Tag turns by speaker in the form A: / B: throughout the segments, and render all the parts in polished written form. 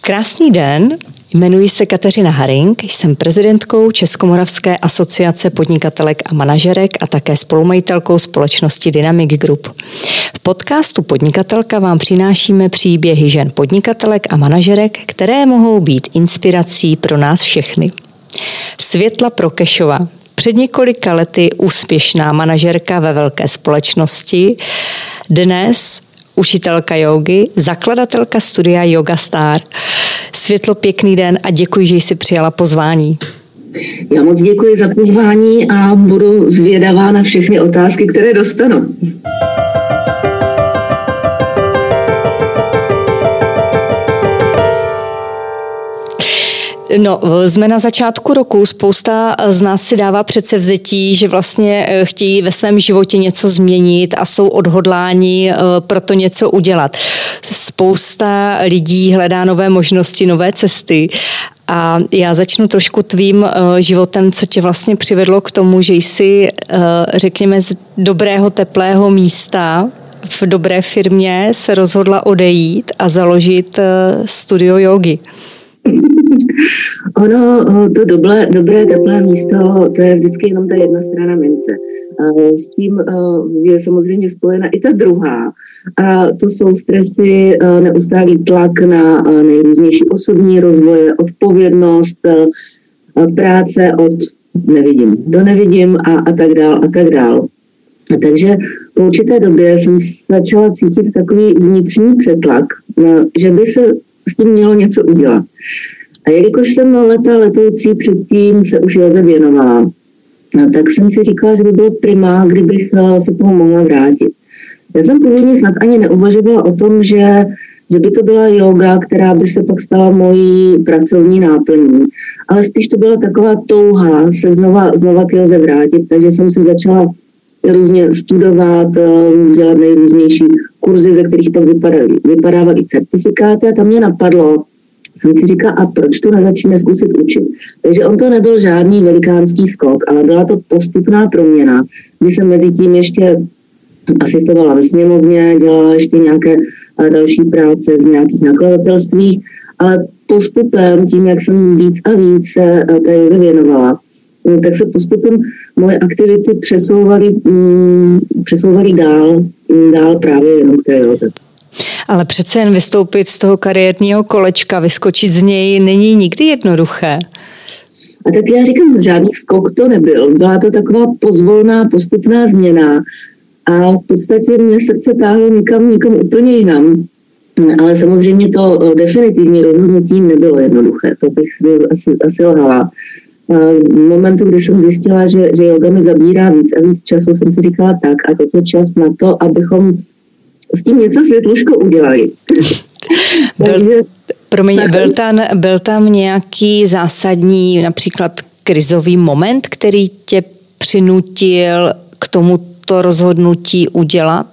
A: Krásný den, jmenuji se Kateřina Haring, jsem prezidentkou Českomoravské asociace podnikatelek a manažerek a také spolumajitelkou společnosti Dynamic Group. V podcastu Podnikatelka vám přinášíme příběhy žen podnikatelek a manažerek, které mohou být inspirací pro nás všechny. Světla Prokešová, před několika lety úspěšná manažerka ve velké společnosti, dnes učitelka jógy, zakladatelka studia Yoga Star. Světlo, pěkný den a děkuji, že jsi přijala pozvání.
B: Já moc děkuji za pozvání a budu zvědavá na všechny otázky, které dostanu.
A: No, jsme na začátku roku, spousta z nás si dává předsevzetí, že vlastně chtějí ve svém životě něco změnit a jsou odhodláni pro to něco udělat. Spousta lidí hledá nové možnosti, nové cesty. A já začnu trošku tvým životem, co tě vlastně přivedlo k tomu, že jsi, řekněme, z dobrého, teplého místa v dobré firmě se rozhodla odejít a založit studio jógy.
B: Ono, to dobré teplé místo, to je vždycky jenom ta jedna strana mince. S tím je samozřejmě spojena i ta druhá. A to jsou stresy, neustálý tlak na nejrůznější osobní rozvoje, odpovědnost, práce od nevidím do nevidím a tak dál a tak dál. Takže po určité době jsem začala cítit takový vnitřní přetlak, že by se s tím mělo něco udělat. A jelikož jsem letoucí předtím se už józe věnovala, tak jsem si říkala, že by bylo prima, kdybych se tomu mohla vrátit. Já jsem původně snad ani neuvažovala o tom, že by to byla jóga, která by se pak stala mojí pracovní náplní. Ale spíš to byla taková touha se znova k józe vrátit, takže jsem si začala různě studovat, dělat nejrůznější kurzy, ve kterých pak vypadávaly certifikáty a tam mě napadlo, jsem si říkala, a proč to nezačíná zkusit učit? Takže on to nebyl žádný velikánský skok, ale byla to postupná proměna, kdy jsem mezi tím ještě asistovala ve sněmovně, dělala ještě nějaké další práce v nějakých nakladatelstvích, ale postupem, tím, jak jsem víc a víc se té józe věnovala, tak se postupem moje aktivity přesouvaly dál právě jenom k té józe.
A: Ale přece jen vystoupit z toho kariérního kolečka, vyskočit z něj není nikdy jednoduché.
B: A tak já říkám, žádný skok to nebyl. Byla to taková pozvolná, postupná změna a v podstatě mě srdce táhlo někam úplně jinam. Ale samozřejmě to definitivní rozhodnutí nebylo jednoduché. To bych asi lhala. V momentu, kdy jsem zjistila, že yoga mi zabírá víc a víc času, jsem si říkala tak a teď je čas na to, abychom s tím něco světluško udělali.
A: Byl tam nějaký zásadní, například krizový moment, který tě přinutil k tomuto rozhodnutí udělat?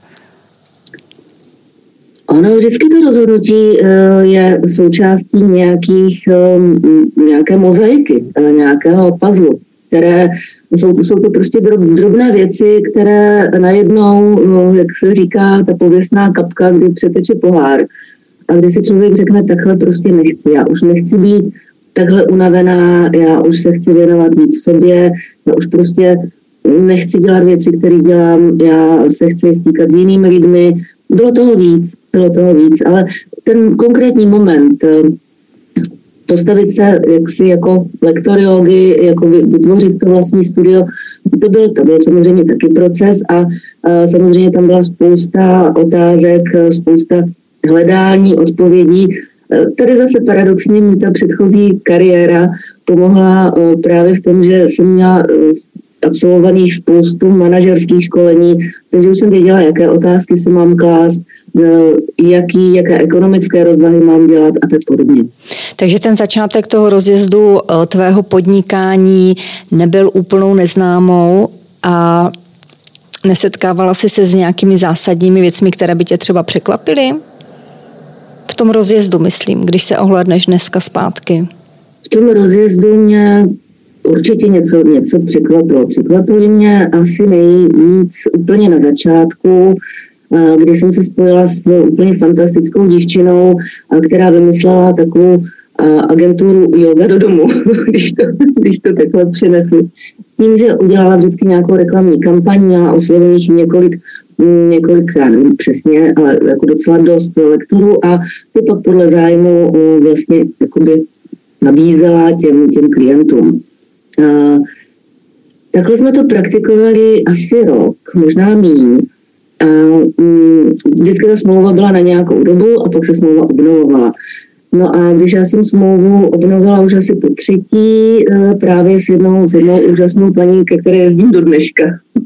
B: Ono vždycky to rozhodnutí je součástí nějaké mozaiky, nějakého puzzlu, které jsou to prostě drobné věci, které najednou, jak se říká, ta pověstná kapka, kdy přeteče pohár. A kdy si člověk řekne, takhle prostě nechci. Já už nechci být takhle unavená, já už se chci věnovat víc sobě, já už prostě nechci dělat věci, které dělám, já se chci stýkat s jinými lidmi. Bylo toho víc, ale ten konkrétní moment, postavit se jaksi jako lektor jógy, jako vytvořit to vlastní studio, to byl samozřejmě taky proces a samozřejmě tam byla spousta otázek, spousta hledání, odpovědí. Tady zase paradoxně mi ta předchozí kariéra pomohla právě v tom, že jsem měla absolvovaných spoustu manažerských školení, takže už jsem věděla, jaké otázky si mám klást, jaké ekonomické rozvahy mám dělat a tak podobně.
A: Takže ten začátek toho rozjezdu tvého podnikání nebyl úplnou neznámou a nesetkávala jsi se s nějakými zásadními věcmi, které by tě třeba překvapily? V tom rozjezdu, myslím, když se ohlédneš dneska zpátky.
B: V tom rozjezdu mě určitě něco překvapilo. Překvapilo mě asi nejvíc úplně na začátku kdy jsem se spojila s úplně fantastickou dívčinou, která vymyslela takovou agenturu Yoga do domu, když to takhle přinesli. S tím, že udělala vždycky nějakou reklamní kampaň, měla oslovených několik, já nevím přesně, ale jako docela dost lektorů a ty pak podle zájmu vlastně jakoby nabízela těm klientům. Takhle jsme to praktikovali asi rok, možná míň. Vždycky ta smlouva byla na nějakou dobu a pak se smlouva obnovovala. No a když já jsem smlouvu obnovila už asi po třetí, právě s jednou úžasnou paní, ke které jezdím do dneška,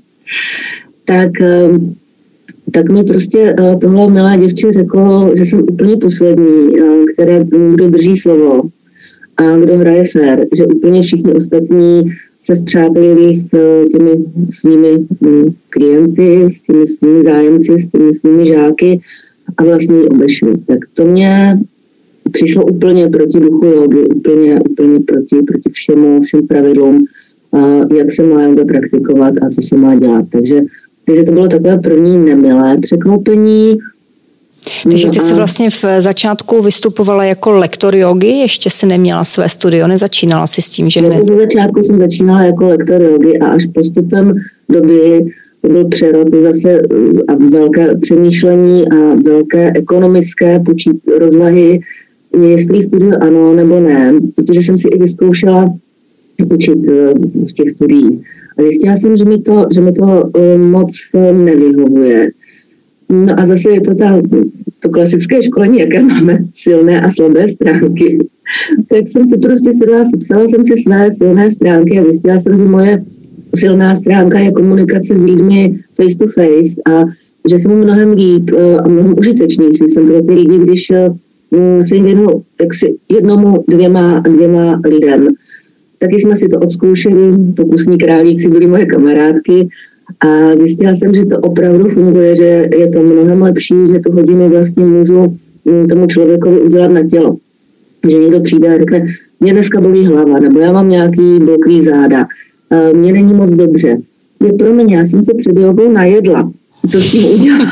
B: tak mi prostě tohle milé děvče řeklo, že jsem úplně poslední, kdo drží slovo a kdo hraje fér, že úplně všichni ostatní se spřátelili s těmi svými klienty, s těmi svými zájemci, s těmi svými žáky a vlastně ji obešli. Tak to mě přišlo úplně proti duchu jogy, úplně proti všem pravidlům, jak se má yoga praktikovat a co se má dělat. Takže to bylo takové první nemilé překvapení.
A: Takže ty jsi vlastně v začátku vystupovala jako lektor jogy, ještě si neměla své studio, nezačínala si s tím, že hned?
B: V začátku jsem začínala jako lektor jogy a až postupem doby to byl přerod zase a velké přemýšlení a velké ekonomické rozvahy, jestli studio ano nebo ne, protože jsem si i vyzkoušela učit v těch studiích. A zjistila jsem, že mi to moc nevyhovuje. No a zase je to klasické školení, jaké máme silné a slabé stránky. Tak jsem si prostě sepsala jsem si své silné stránky a zjistila jsem, že moje silná stránka je komunikace s lidmi face to face a že jsem mnohem líp a mnohem užitečnější jsem pro ty lidi, když se jim věnu jednomu, dvěma lidem. Taky jsme si to odzkoušeli, pokusní králíci byly moje kamarádky a zjistila jsem, že to opravdu funguje, že je to mnohem lepší, že tu hodinu vlastně můžu tomu člověkovi udělat na tělo. Že někdo přijde a řekne, mě dneska bolí hlava, nebo já mám nějaký bloklý záda, mě není moc dobře. Pro mě, já jsem se před jogou najedla, co s tím udělat.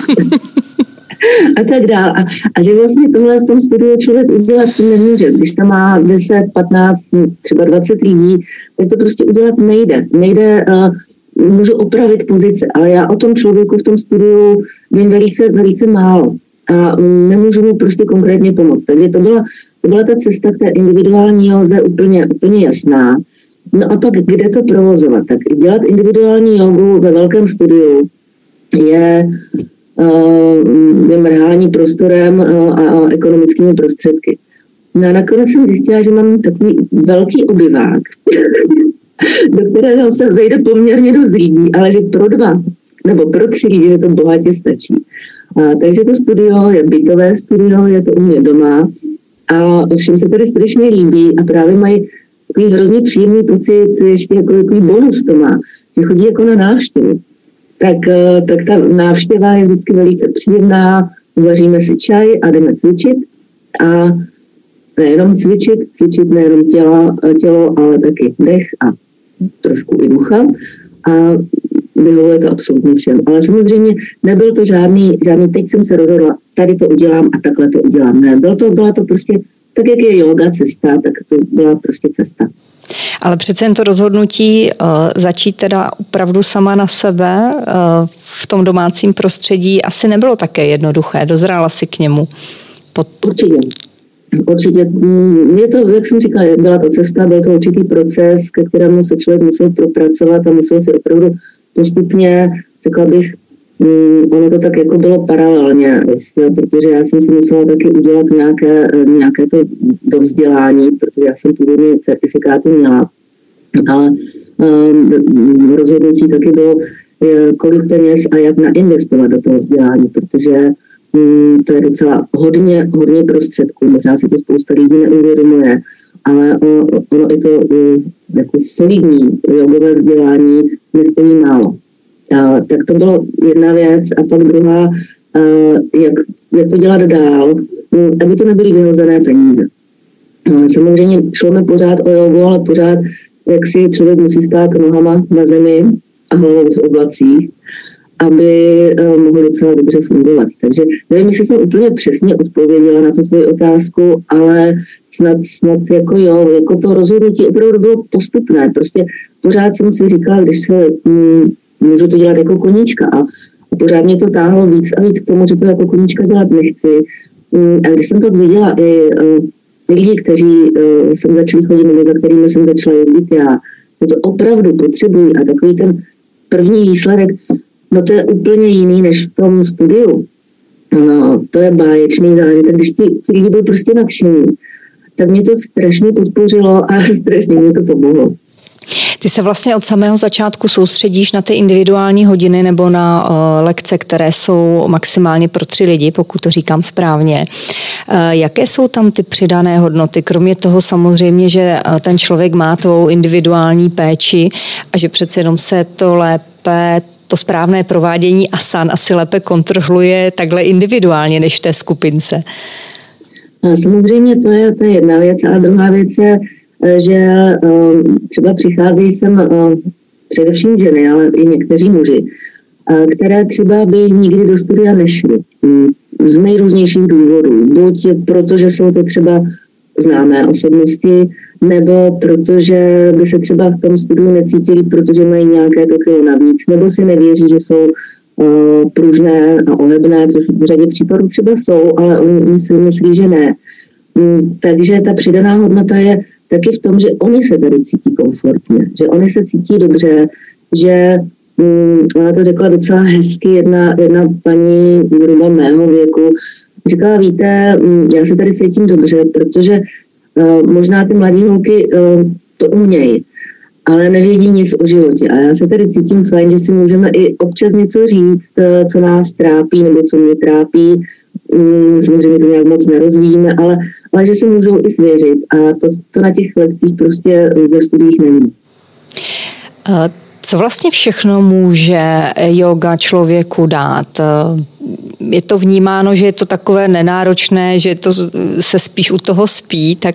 B: A tak dál. A že vlastně tohle v tom studiu člověk udělat nemůže. Když tam má 10, 15, třeba 20 lidí, tak to prostě udělat nejde. Můžu opravit pozice, ale já o tom člověku v tom studiu vím velice málo a nemůžu mu prostě konkrétně pomoct. Takže to byla ta cesta k té individuální józe úplně jasná. No a pak kde to provozovat? Tak dělat individuální jogu ve velkém studiu je mrhání prostorem a ekonomickými prostředky. No a nakonec jsem zjistila, že mám takový velký obyvák, do kterého se vejde poměrně dost lidí, ale že pro 2 nebo pro 3 lidi, že to bohatě stačí. Takže to studio je bytové studio, je to u mě doma a všem se tady strašně líbí a právě mají takový hrozně příjemný pocit, ještě jako takový bonus to má, že chodí jako na návštěvu. Tak ta návštěva je vždycky velice příjemná, uvaříme si čaj a jdeme cvičit a nejenom cvičit nejenom tělo, ale taky dech a trošku i ducha a vyhovuje to absolutně všem. Ale samozřejmě nebyl to žádný, teď jsem se rozhodla, tady to udělám a takhle to udělám. Ne, byla to prostě, tak jak je yoga cesta, tak to byla prostě cesta.
A: Ale přece jen to rozhodnutí začít teda opravdu sama na sebe v tom domácím prostředí asi nebylo také jednoduché. Dozrála si k němu?
B: Určitě. Mě to, jak jsem říkala, byla to cesta, byl to určitý proces, ke kterému se člověk musel propracovat a musel si opravdu postupně, řekla bych, ono to tak jako bylo paralelně, protože já jsem si musela taky udělat nějaké to dovzdělání, protože já jsem původně certifikáty měla, ale rozhodnutí taky bylo, kolik peněz a jak nainvestovat do toho vzdělání, protože to je docela hodně prostředků, možná si to spousta lidí neuvědomuje, ale ono i to jako solidní jogové vzdělání nestojí málo. Tak to bylo jedna věc a pak druhá, jak to dělat dál, aby to nebyly vyhozené peníze. Samozřejmě šlo mi pořád o jogu, ale pořád, jak si člověk musí stát nohama na zemi a hlavou v oblacích. aby mohl docela dobře fungovat. Takže nevím, jestli jsem úplně přesně odpověděla na tu tvoji otázku, ale snad jako jo, jako to rozhodnutí opravdu bylo postupné. Prostě pořád jsem si říkala, když se můžu to dělat jako koníčka a pořád mě to táhlo víc a víc k tomu, že to jako koníčka dělat nechci. A když jsem pak viděla i lidi, kteří jsem začala chodit, nebo za kterými jsem začala jezdit já, to opravdu potřebují a takový ten první výsledek, no to je úplně jiný než v tom studiu. No, to je báječný zážitek, když ti lidi byli prostě nadšení, tak mě to strašně podpořilo a strašně mě to pomohlo.
A: Ty se vlastně od samého začátku soustředíš na ty individuální hodiny nebo na lekce, které jsou maximálně pro 3 lidi, pokud to říkám správně. Jaké jsou tam ty přidané hodnoty? Kromě toho samozřejmě, že ten člověk má tvou individuální péči a že přece jenom se to správné provádění asan asi lépe kontroluje takhle individuálně než v té skupince.
B: Samozřejmě to je jedna věc a druhá věc je, že třeba přicházejí sem především ženy, ale i někteří muži, které třeba by nikdy do studia nešly. Z nejrůznějších důvodů. Buď protože jsou to třeba známé osobnosti, nebo protože by se třeba v tom studiu necítili, protože mají nějaké to kilo navíc, nebo si nevěří, že jsou pružné a ohebné, což v řadě případů třeba jsou, ale oni si myslí, že ne. Takže ta přidaná hodnota je taky v tom, že oni se tady cítí komfortně, že oni se cítí dobře, že ona to řekla docela hezky, jedna paní zhruba mého věku, říkala, víte, já se tady cítím dobře, protože možná ty mladé holky to umějí, ale nevědí nic o životě. A já se tady cítím fajn, že si můžeme i občas něco říct, co nás trápí nebo co mě trápí. Samozřejmě to nějak moc nerozvíjíme, ale že se můžou i svěřit. A to na těch lekcích prostě ve studiích není.
A: Co vlastně všechno může yoga člověku dát? Je to vnímáno, že je to takové nenáročné, že to se spíš u toho spí, tak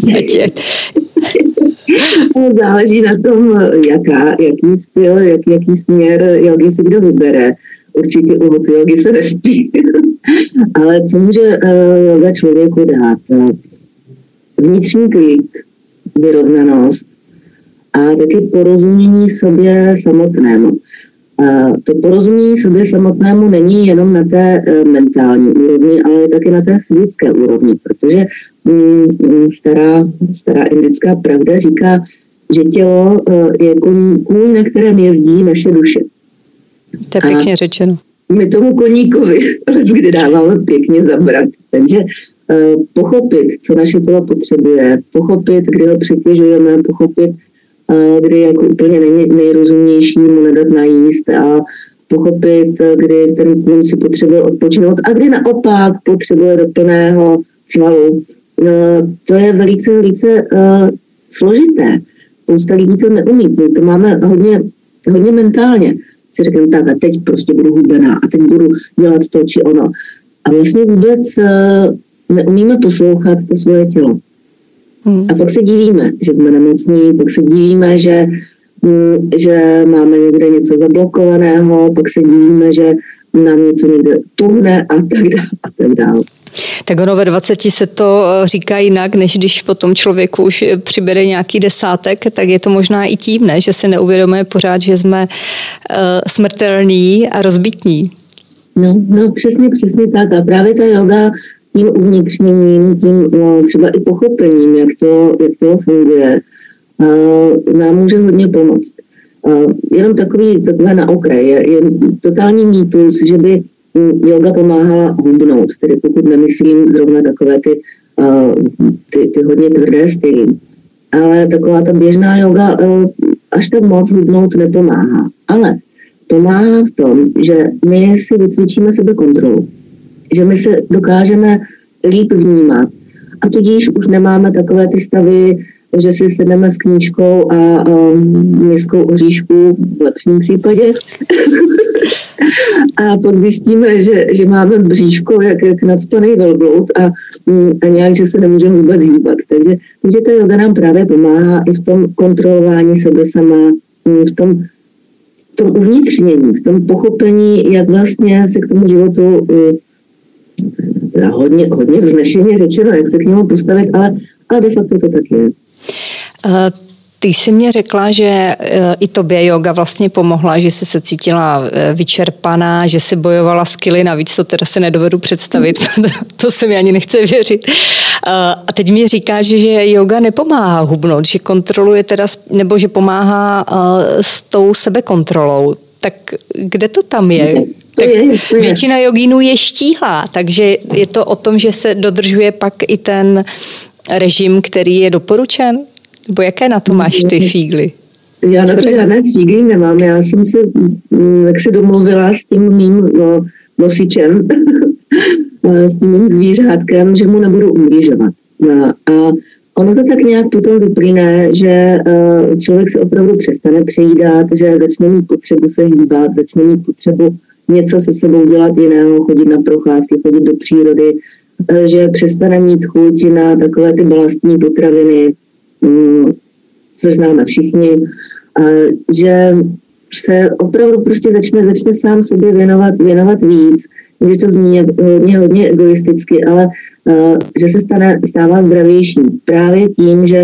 B: záleží na tom, jaký styl, jaký směr jogy si kdo vybere. Určitě u hot jogy se nespí. Ale co může yoga člověku dát? Vnitřní klid, vyrovnanost a taky porozumění sobě samotnému. To porozumění sobě samotnému není jenom na té mentální úrovni, ale taky na té fyzické úrovni, protože stará indická pravda říká, že tělo je kůň, na kterém jezdí naše duše.
A: To je pěkně řečeno.
B: My tomu koníkovi kde dáváme pěkně zabrat. Takže pochopit, co naše tělo potřebuje, pochopit, kdy ho přetěžujeme, pochopit, kdy jako úplně nejrozumnější mu nedat najíst a pochopit, kdy ten kůň si potřebuje odpočinout a kdy naopak potřebuje do plného svalu. To je velice složité. Spousta lidí to neumí. My to máme hodně mentálně. Si řeknu, tak a teď prostě budu hubená a teď budu dělat to či ono. A vlastně vůbec neumíme poslouchat to svoje tělo. A pak se divíme, že jsme nemocní, pak se divíme, že máme někde něco zablokovaného, pak se divíme, že nám něco někde tuhne a tak dále.
A: Tak ono ve 20 se to říká jinak, než když potom člověku už přibere nějaký desátek, tak je to možná i tím, ne? Že si neuvědomuje pořád, že jsme smrtelní a rozbitní.
B: No přesně tak. A právě ta yoga tím uvnitřněním, tím třeba i pochopením, jak to funguje, nám může hodně pomoct. Jenom takové na okraj. Je totální mýtus, že by yoga pomáhala hubnout, tedy pokud nemyslím zrovna takové ty hodně tvrdé styly. Ale taková ta běžná yoga až tak moc hubnout nepomáhá. Ale pomáhá v tom, že my si vycvičíme sebekontrolu. Že my se dokážeme líp vnímat. A tudíž už nemáme takové ty stavy, že si sedneme s knížkou a miskou oříšku v lepším případě. A pak zjistíme, že máme bříško jak nacpaný velbloud a nějak, že se nemůže vůbec hýbat. Takže ta yoga nám právě pomáhá i v tom kontrolování sebe sama, v tom v tom uvnitřnění, v tom pochopení, jak vlastně se k tomu životu teda hodně vznešeně řečeno, jak se k němu postavit, ale de facto to tak je.
A: Ty jsi mě řekla, že i tobě yoga vlastně pomohla, že jsi se cítila vyčerpaná, že jsi bojovala s kily, navíc to teda se nedovedu představit, to se mi ani nechce věřit. A teď mi říkáš, že yoga nepomáhá hubnout, že kontroluje teda, nebo že pomáhá s tou sebekontrolou. Tak kde to tam je? Tak většina jogínů je štíhlá, takže je to o tom, že se dodržuje pak i ten režim, který je doporučen? Nebo jaké na to máš ty fígly?
B: Já na to žádné fígly nemám. Já jsem se domluvila s tím mým nosičem, s tím mým zvířátkem, že mu nebudu ublížovat. A ono to tak nějak potom vyplyne, že člověk se opravdu přestane přejídat, že začne mít potřebu se hýbat, začne mít potřebu něco se sebou dělat jiného, chodit na procházky, chodit do přírody, že přestane mít chuť na takové ty balastní potraviny, což známe všichni, že se opravdu prostě začne sám sobě věnovat víc, když to zní hodně egoisticky, ale že se stává zdravější právě tím, že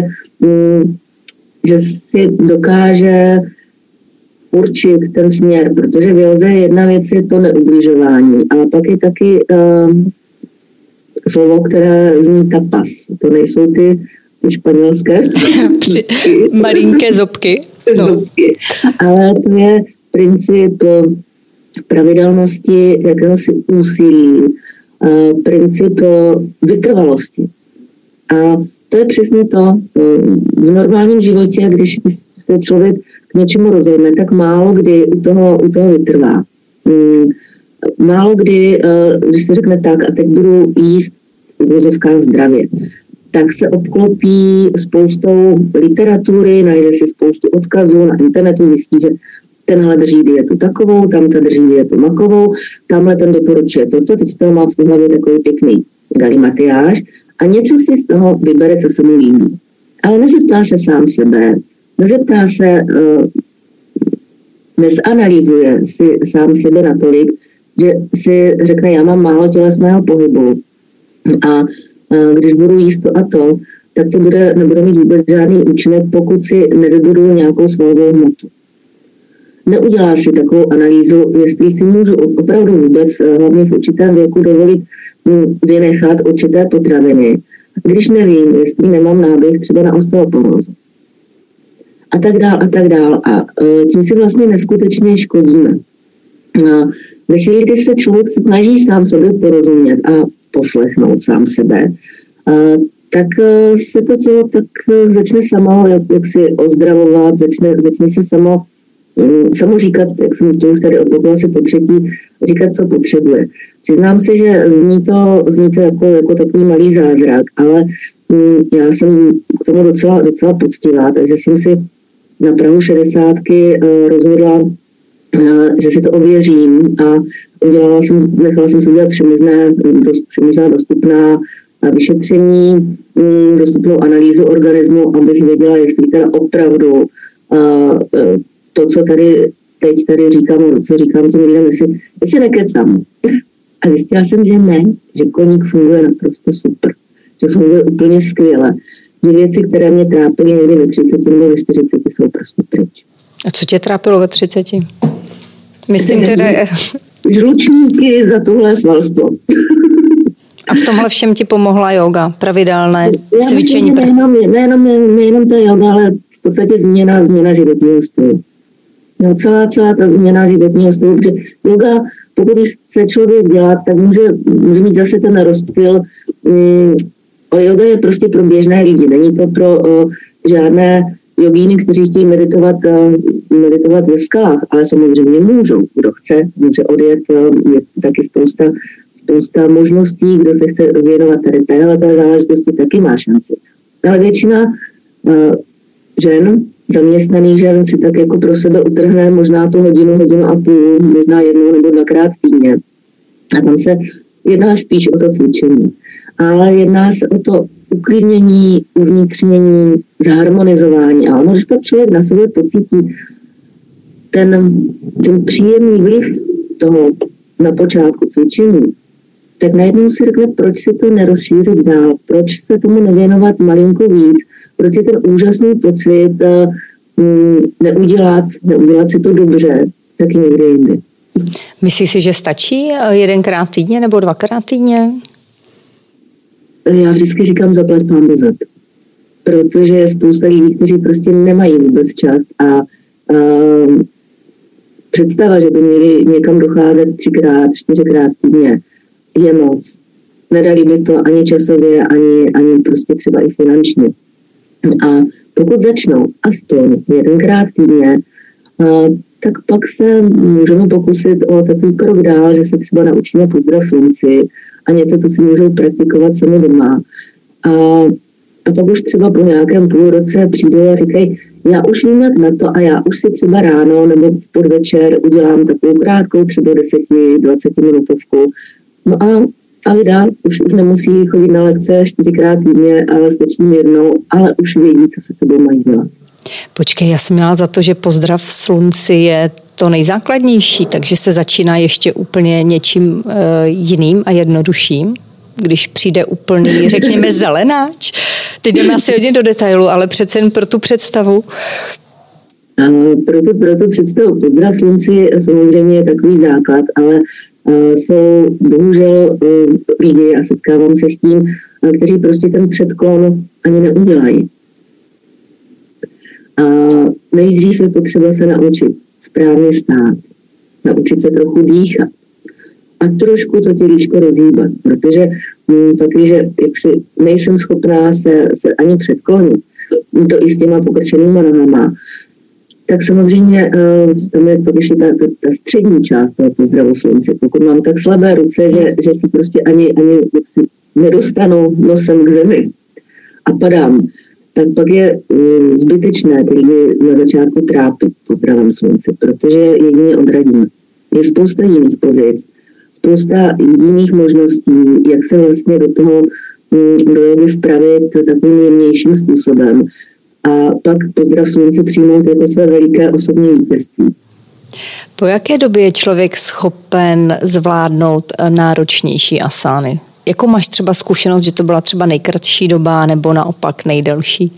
B: si dokáže určit ten směr, protože v józe jedna věc je to neubližování, ale pak je taky slovo, které zní tapas. To nejsou ty španělské
A: malinké zobky.
B: Zobky. Ale to je princip pravidelnosti, jakéhosi úsilí, princip vytrvalosti. A to je přesně to. V normálním životě, když se člověk k něčemu rozhodne, tak málo kdy u toho vytrvá. Málo kdy, když se řekne tak, a teď budu jíst v vozovkách zdravě, tak se obklopí spoustou literatury, najde si spoustu odkazů na internetu, zjistí, že tenhle drží dietu takovou, tamta drží dietu makovou, tamhle ten doporučuje toto, teď z toho má v hlavě takový pěkný galimatiáž a něco si z toho vybere, co se mu líbí. Ale nezeptá se sám sebe, nezeptá se, nezanalyzuje si sám sebe natolik, že si řekne, já mám málo tělesného pohybu a když budu jíst to a to, tak to nebude mít vůbec žádný účinek, pokud si nevybuduju nějakou svalovou hmotu. Neudělá si takovou analýzu, jestli si můžu opravdu vůbec, hlavně v určitém věku, dovolit vynechat určité potraviny, když nevím, jestli nemám náběh třeba na osteoporózu. A tak dál. A tím si vlastně neskutečně škodíme. Ve chvíli, kdy se člověk snaží sám sobě porozumět a poslechnout sám sebe, tak se to tělo tak začne samo jak si ozdravovat, začne se samo říkat, jak jsem to už tady opakovala asi po třetí, říkat, co potřebuje. Přiznám se, že zní to jako takový malý zázrak, ale já jsem k tomu docela poctivá, takže jsem si na prahu 60 rozhodla, že si to ověřím a nechala jsem si udělat všemožná dostupná vyšetření, dostupnou analýzu organismu, abych věděla, jestli teda opravdu to, co teď tady říkám, co říkám těm lidem, jestli nekecám. A zjistila jsem, že ne, že koník funguje naprosto super, že funguje úplně skvěle, že věci, které mě trápily někdy ve 30 nebo ve 40, jsou prostě pryč.
A: A co tě trápilo ve 30? Myslím teda...
B: Žlučníky za tohle svalstvo.
A: A v tomhle všem ti pomohla yoga, pravidelné cvičení?
B: Nejenom ta yoga, ale v podstatě změna životního stylu. No, celá ta změna životního stylu, protože yoga, pokud chce člověk dělat, tak může mít zase ten rozptyl. Yoga je prostě pro běžné lidi, není to pro žádné jogíny, kteří chtějí meditovat ve skalách, ale samozřejmě můžou. Kdo chce, může odjet, je taky spousta možností, kdo se chce věnovat tady téhle záležitosti, taky má šanci. Ale většina žen, zaměstnaných žen si tak jako pro sebe utrhne možná tu hodinu a půl, možná 1 nebo 2krát týdně. A tam se jedná spíš o to cvičení. Ale jedná se o to uklidnění, uvnitřnění, zharmonizování. A ono, když pak člověk na sobě pocítí ten příjemný vliv toho na počátku cvičení, tak najednou si řekne, proč si to nerozšířit dál, proč se tomu nevěnovat malinko víc, proč si ten úžasný pocit neudělat si to dobře, tak někde jindy.
A: Myslíš si, že stačí 1krát týdně nebo 2krát týdně?
B: Já vždycky říkám zaplať pán Boh za to. Protože je spousta lidí, kteří prostě nemají vůbec čas a představa, že by měli někam docházet 3krát, 4krát týdně, je moc. Nedali by to ani časově, ani prostě třeba i finančně. A pokud začnou aspoň 1krát týdně, tak pak se můžeme pokusit o takový krok dál, že se třeba naučíme pozdrav slunci a něco, co si můžou praktikovat sami doma. A pak už třeba po nějakém půlroce přijdou a říkají, já už vím jak na to a já už si třeba ráno nebo podvečer udělám takovou krátkou, třeba 10-20 minutovku. No a vydá, už nemusí chodit na lekce 4krát týdně, ale stačí jednou, ale už vědí, co se sebou mají dělat.
A: Počkej, já jsem měla za to, že pozdrav slunci je to nejzákladnější, takže se začíná ještě úplně něčím jiným a jednodušším, když přijde úplný, řekněme, zelenáč. Teď jdeme asi hodně do detailu, ale přece jen pro tu představu.
B: Pro tu představu pozdrav slunci samozřejmě je takový základ, ale jsou bohužel lidi, a setkávám se s tím, kteří prostě ten předklon ani neudělají. A nejdřív je potřeba se naučit správně stát, naučit se trochu dýchat a trošku to tělíčko rozhýbat, protože taky, že jaksi nejsem schopná se ani předklonit, to i s těma pokrčenýma nohama, tak samozřejmě tam je ještě ta střední část toho pozdravu slunce. Pokud mám tak slabé ruce, že si prostě ani jaksi nedostanu nosem k zemi a padám, tak pak je zbytečné lidi na začátku trápit pozdravem slunce, protože jedině odradíme. Je spousta jiných pozic, spousta jiných možností, jak se vlastně do toho do vpravit takovým jemnějším způsobem a pak pozdrav slunce přijmout jako své veliké osobní vítězství.
A: Po jaké době je člověk schopen zvládnout náročnější asány? Jakou máš třeba zkušenost, že to byla třeba nejkratší doba nebo naopak nejdelší?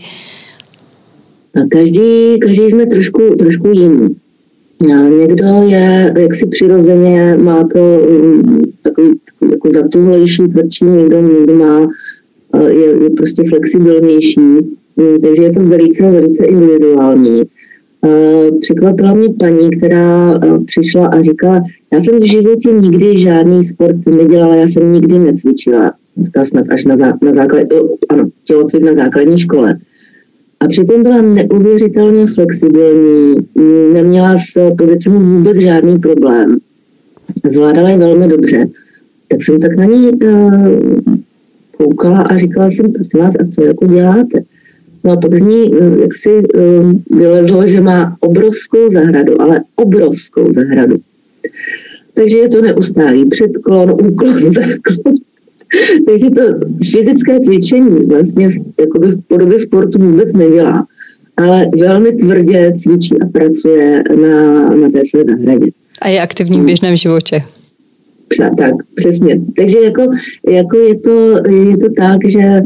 B: Každý jsme trošku jiný. Někdo je jaksi přirozeně, má to takový jako zatuhlejší, tvrdší, někdo má, je prostě flexibilnější, takže je to velice individuální. Překvapila mě paní, která přišla a říkala, já jsem v životě nikdy žádný sport nedělala, já jsem nikdy necvičila. To snad až na základě, tělocvik na základní škole. A přitom byla neuvěřitelně flexibilní, neměla s pozicemi vůbec žádný problém. Zvládala je velmi dobře. Tak jsem tak na ní koukala a říkala jsem, prosím vás, a co jako děláte? No a pak z ní jaksi vylezlo, že má obrovskou zahradu, ale obrovskou zahradu. Takže je to neustálý předklon, úklon, záklon. Takže to fyzické cvičení vlastně jakoby v podobě sportu vůbec nedělá, ale velmi tvrdě cvičí a pracuje na té své zahradě.
A: A je aktivní v běžném životě.
B: Tak, přesně. Takže jako je to tak, že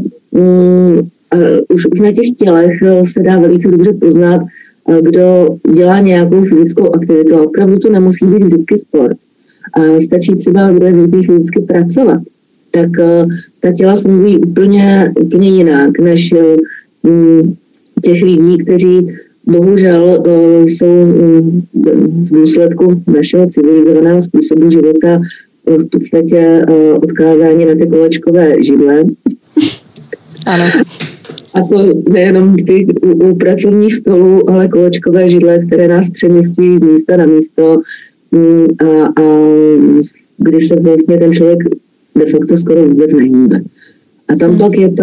B: už na těch tělech se dá velice dobře poznat, kdo dělá nějakou fyzickou aktivitu. A opravdu to nemusí být vždycky sport. A stačí třeba, kdo je zvyklý fyzicky pracovat. Tak ta těla fungují úplně jinak než těch lidí, kteří bohužel jsou v důsledku našeho civilizovaného způsobu života v podstatě odkázáni na ty kolečkové židle.
A: Ano.
B: A to nejenom u pracovních stolů, ale kolečkové židle, které nás přemístují z místa na místo a kdy se vlastně ten člověk de facto skoro vůbec nehýbe. A tam pak je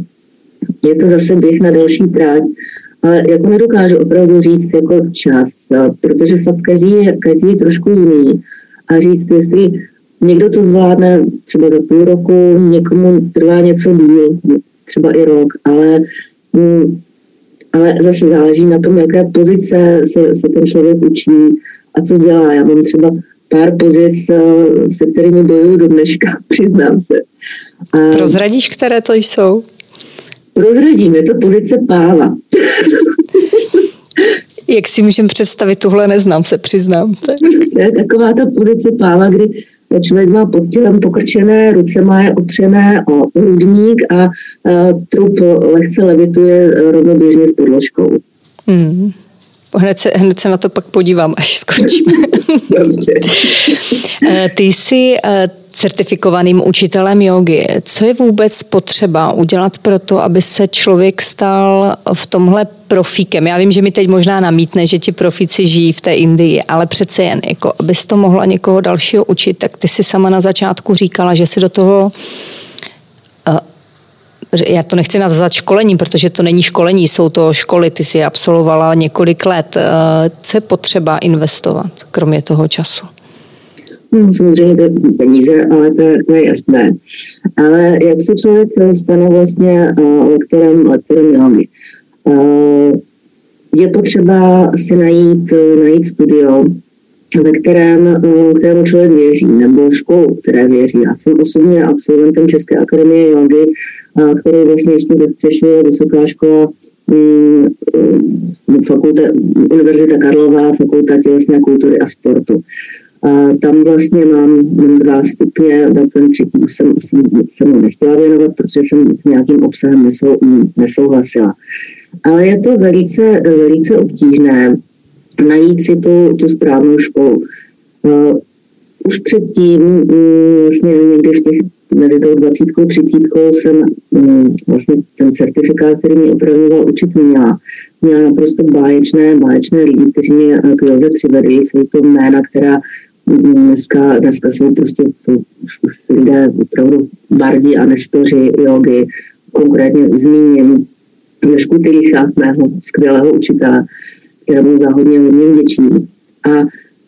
B: to zase běh na delší tráť, ale jako nedokážu opravdu říct jako čas, protože fakt každý je trošku jiný a říct, jestli někdo to zvládne třeba za půl roku, někomu trvá něco díl, třeba i rok, ale ale zase záleží na tom, jaké pozice se ten člověk učí a co dělá. Já mám třeba pár pozic, se kterými bojuju do dneška, přiznám se.
A: Prozradíš, které to jsou?
B: Prozradím, je to pozice páva.
A: Jak si můžeme představit, tuhle neznám, se přiznám.
B: To je taková ta pozice páva, kdy člověk má pod tělem pokrčené, ruce má je opřené o hrudník a trup lehce levituje rovnoběžně s podložkou.
A: Hned se na to pak podívám, až skončíme. Ty jsi certifikovaným učitelem jógy. Co je vůbec potřeba udělat pro to, aby se člověk stal v tomhle profíkem? Já vím, že mi teď možná namítne, že ti profíci žijí v té Indii, ale přece jen, jako, abys to mohla někoho dalšího učit, tak ty si sama na začátku říkala, že si do toho já to nechci nazvat školením, protože to není školení, jsou to školy, ty si absolvovala několik let. Co je potřeba investovat, kromě toho času?
B: Samozřejmě to je peníze, ale to je jasné. Ale jak se člověk stane vlastně lektorem jógy? Je potřeba si najít studio, kterému člověk věří, nebo školu, které věří. Já jsem osobně absolventem České akademie jógy, kterou vlastně ještě zastřešuje Vysoká škola, Univerzita Karlova, Fakulta tělesné kultury a sportu. Tam vlastně mám 2 stupně, na ten 3. jsem mu nechtěla věnovat, protože jsem s nějakým obsahem nesouhlasila. Ale je to velice, velice obtížné najít si tu správnou školu. Už předtím, vlastně někdy v těch mezi tou 20, 30 jsem vlastně ten certifikát, který mě opravňoval učit, měla naprosto báječné lidi, kteří mě k józe přivedli. Jsou to jména, která dneska jsou prostě už lidé opravdu bardi a nestoři jógy. Konkrétně zmíním Jožku Tylicha, mého skvělého učitele, kterému za hodně vděčím. A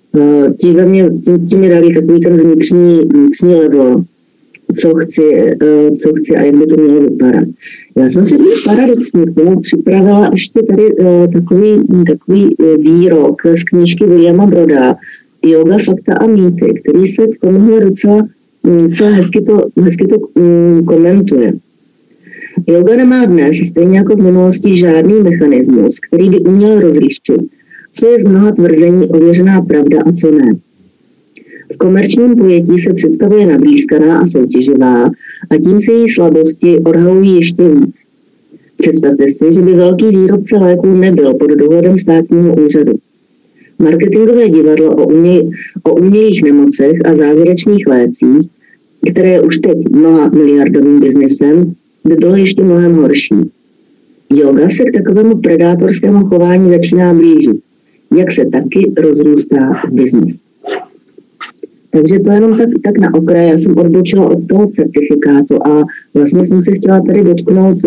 B: ti mi dali takový ten vnitřní level, co chci a jak by to mělo vypadat. Já jsem si paradoxně k tomu připravila ještě tady takový výrok z knížky Williama Broda Yoga, fakta a mýty, který se k tomuhle docela hezky to komentuje. Yoga nemá dnes, stejně jako v minulosti, žádný mechanismus, který by uměl rozlišit, co je z mnoha tvrzení ověřená pravda a co ne. V komerčním pojetí se představuje nablízkaná a soutěživá a tím se její slabosti odhalují ještě víc. Představte si, že by velký výrobce léků nebyl pod dohledem státního úřadu. Marketingové divadlo o umělých nemocech a závěrečných lécích, které je už teď mnoha miliardovým biznesem, by bylo ještě mnohem horší. Yoga se k takovému predátorskému chování začíná blížit, jak se taky rozrůstá biznis. Takže to jenom tak na okraj. Já jsem odbočila od toho certifikátu a vlastně jsem se chtěla tady dotknout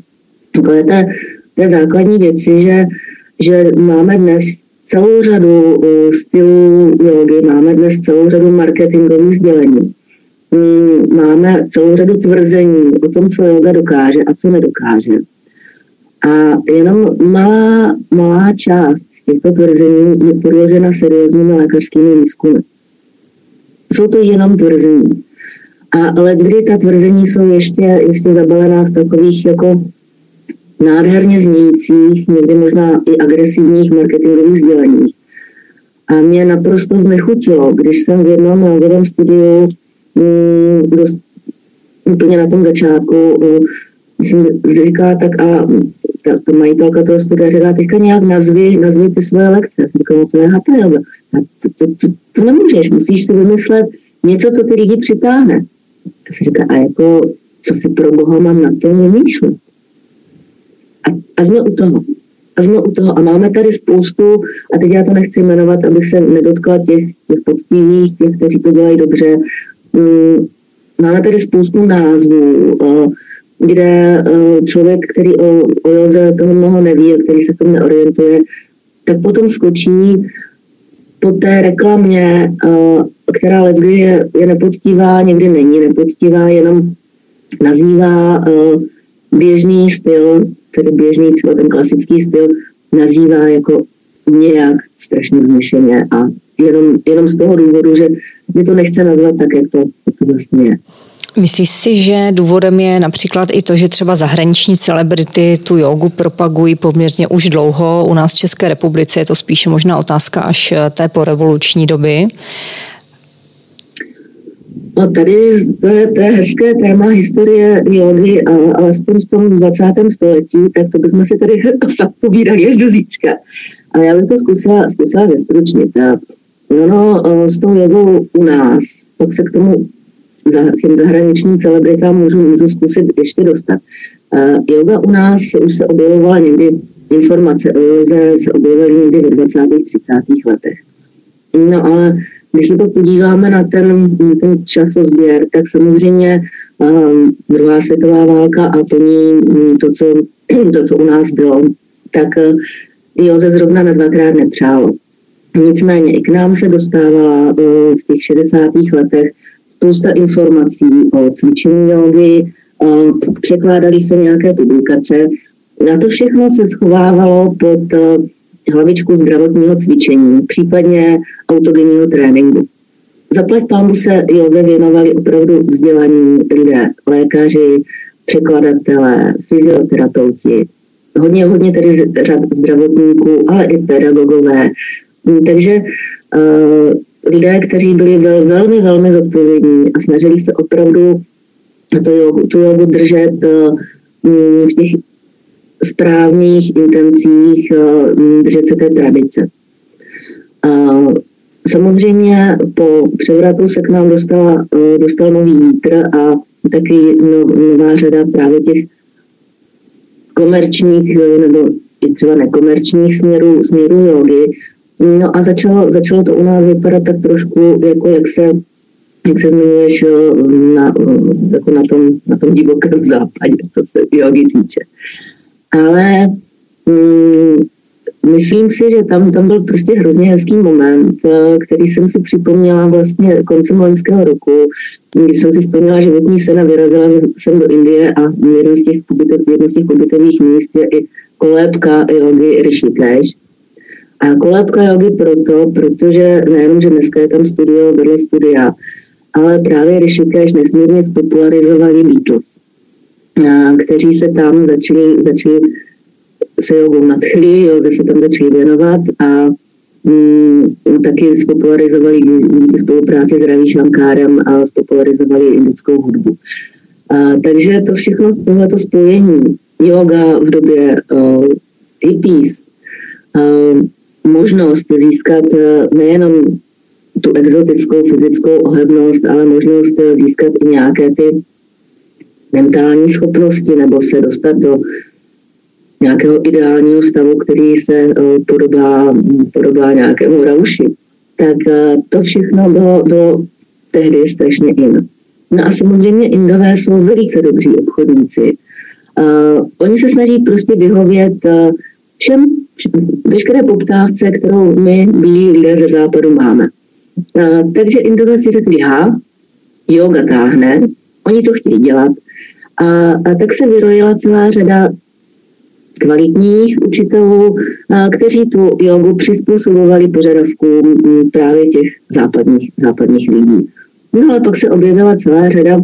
B: té základní věci, že máme dnes celou řadu stylů jógy, máme dnes celou řadu marketingových sdělení. Máme celou řadu tvrzení o tom, co jóga dokáže a co nedokáže. A jenom malá část z těchto tvrzení je podložena seriózními lékařskými výzkumy. Jsou to jenom tvrzení. A leckdy ta tvrzení jsou ještě zabalená v takových jako nádherně znějících, někdy možná i agresivních marketingových sděleních. A mě naprosto znechutilo, když jsem v jednom jógovém studiu úplně na tom začátku jsem říkala tak a ta majitelka toho studia říkala, teďka nějak nazvi ty svoje lekce. Já jsem říkala, to je hatha yoga. To nemůžeš, musíš si vymyslet něco, co ty lidi přitáhne. A se říká, a jako, co si pro Boha mám na to vymýšlet? A jsme u toho. A máme tady spoustu, a teď já to nechci jmenovat, aby se nedotkla těch poctivých, těch, kteří to dělají dobře. Máme tady spoustu názvů, kde člověk, který o józe toho mnoho neví a který se v tom neorientuje, tak potom skočí po té reklamě, která leckdy je nepoctivá, někdy není nepoctivá, jenom nazývá běžný styl tedy běžný, třeba ten klasický styl, nazývá jako nějak strašně vznešeně a jenom z toho důvodu, že to nechce nazvat tak, jak to vlastně je.
A: Myslíš si, že důvodem je například i to, že třeba zahraniční celebrity tu jógu propagují poměrně už dlouho? U nás v České republice je to spíše možná otázka až té porevoluční doby.
B: No tady to je hezké téma historie jógy, alespoň v tom 20. století, tak to bychom si tady fakt povídali až do zítřka. Ale já bych to zkusila zestručnit. S tou jogou u nás, pak se k tomu těm zahraničním celebritám můžu zkusit ještě dostat. Yoga u nás už se objevovala někdy, informace o józe se objevovaly někdy ve 20. 30. letech. No ale když se to podíváme na ten časozběr, tak samozřejmě druhá světová válka a po ní to, co u nás bylo, tak józe zrovna na dvakrát nepřálo. Nicméně i k nám se dostávala v těch 60. letech spousta informací o cvičení jógy, překládaly se nějaké publikace. Na to všechno se schovávalo pod hlavičku zdravotního cvičení, případně autogenního tréninku. Zaplať pánbu se józe věnovali opravdu vzdělaní lidé, lékaři, překladatelé, fyzioterapeuti, hodně tedy řad zdravotníků, ale i pedagogové. Takže lidé, kteří byli velmi, velmi zodpovědní a snažili se opravdu tu jogu držet v těch správných intencích, držet se té tradice. Samozřejmě po převratu se k nám dostal nový vítr a taky nová řada právě těch komerčních nebo i třeba nekomerčních směrů jogy. No a začalo to u nás vypadat tak trošku, jako jak se zmiňuješ na tom divokém západě, co se jogy týče. Ale myslím si, že tam byl prostě hrozně hezký moment, který jsem si připomněla vlastně koncem loňského roku, kdy jsem si vzpomněla životní sen a vyrazila jsem do Indie a jedno z těch pobytových míst je i kolébka jogy Rishikesh. A kolébka jogy protože nejenom, že dneska je tam studio vedle studia, ale právě Rishikesh nesmírně spopularizovali Beatles, kteří se tam začali se jogou nadchli, joge se tam začali věnovat a taky spopularizovali díky spolupráci s Ravi Shankárem a spopularizovali indickou hudbu. Takže to všechno, tohleto spojení, yoga v době hippies, možnost získat nejenom tu exotickou fyzickou ohebnost, ale možnost získat i nějaké ty mentální schopnosti nebo se dostat do nějakého ideálního stavu, který se podobá nějakému rauši. Tak to všechno bylo tehdy strašně in. No a samozřejmě Indové jsou velice dobří obchodníci. Oni se snaží prostě vyhovět veškeré poptávce, kterou my, bílí lidé ze západu, máme. Takže Indové si řekli, yoga táhne, oni to chtějí dělat. A tak se vyrojila celá řada kvalitních učitelů, kteří tu jogu přizpůsobovali požadavkům právě těch západních lidí. No ale pak se objevila celá řada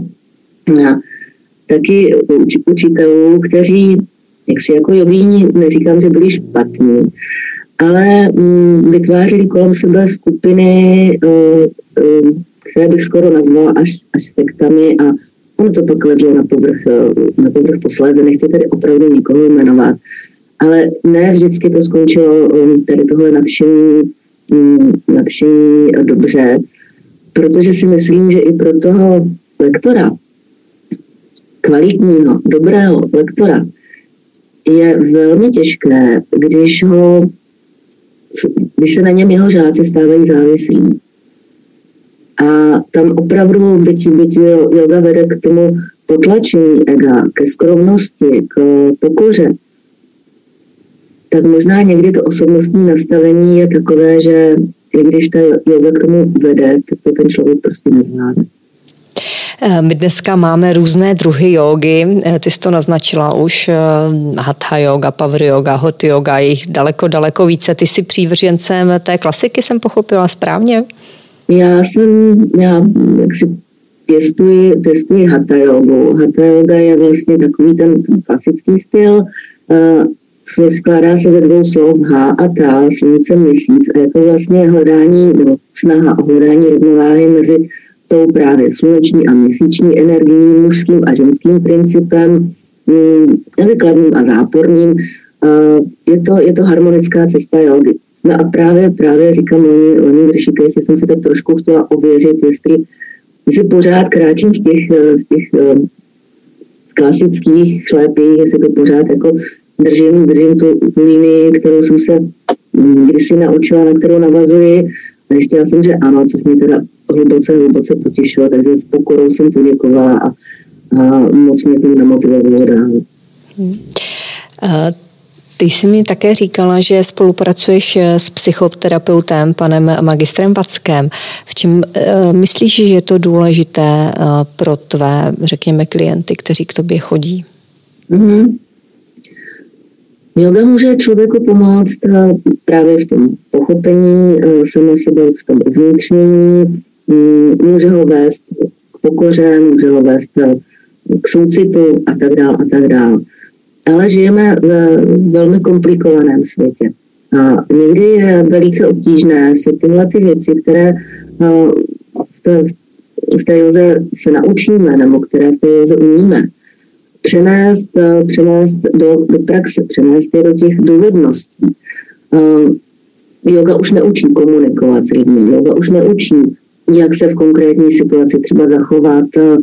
B: taky učitelů, kteří jaksi jako jogíni, neříkám, že byli špatní, ale vytvářeli kolem sebe skupiny, které bych skoro nazvala až sektami a ono to pak lezlo na povrch posléze, nechci tedy opravdu nikoho jmenovat, ale ne vždycky to skončilo tady tohle nadšení dobře, protože si myslím, že i pro toho lektora, kvalitního, dobrého lektora, je velmi těžké, když se na něm jeho žáci stávají závislí. A tam opravdu, byť yoga vede k tomu potlačení ega, ke skromnosti, k pokoře, tak možná někdy to osobnostní nastavení je takové, že i když ta yoga k tomu vede, tak to ten člověk prostě nezvládne.
A: My dneska máme různé druhy jógy, ty jsi to naznačila už, hatha yoga, power yoga, hot yoga, jich daleko více. Ty jsi přívržencem té klasiky, jsem pochopila správně?
B: Já jaksi pěstuji hatha jogu. Hatha yoga je vlastně takový ten klasický styl, skládá se ze 2 slov ha a ta, slunce, měsíc, a je to vlastně snaha o hledání rovnováhy mezi tou právě sluneční a měsíční energií, mužským a ženským principem, nevykladným a záporným. Je to harmonická cesta jógy. No a právě říkám Loni Hršíka, že jsem se tak trošku chtěla ověřit, jestli pořád kráčím v těch klasických šlépích, jestli to pořád jako držím tu linii, kterou jsem se kdysi naučila, na kterou navazuji. A zjistila jsem, že ano, což mě teda hluboce potěšilo, takže s pokorou jsem poděkovala a moc mě tím namotivovalo dál.
A: Ty jsi mi také říkala, že spolupracuješ s psychoterapeutem, panem magistrem Vackem. V čem myslíš, že je to důležité pro tvé, řekněme, klienty, kteří k tobě chodí?
B: Yoga může člověku pomoct právě v tom pochopení sama sebe, v tom uvnitřnění, může ho vést k pokoře, může ho vést k soucitu a tak dále. Ale žijeme ve velmi komplikovaném světě. A někdy je velice obtížné si tyhle ty věci, které v té józe se naučíme, nebo které v té józe umíme, přenést do praxe, přenést je do těch dovedností. Yoga už neučí komunikovat s lidmi, yoga už neučí, jak se v konkrétní situaci třeba zachovat,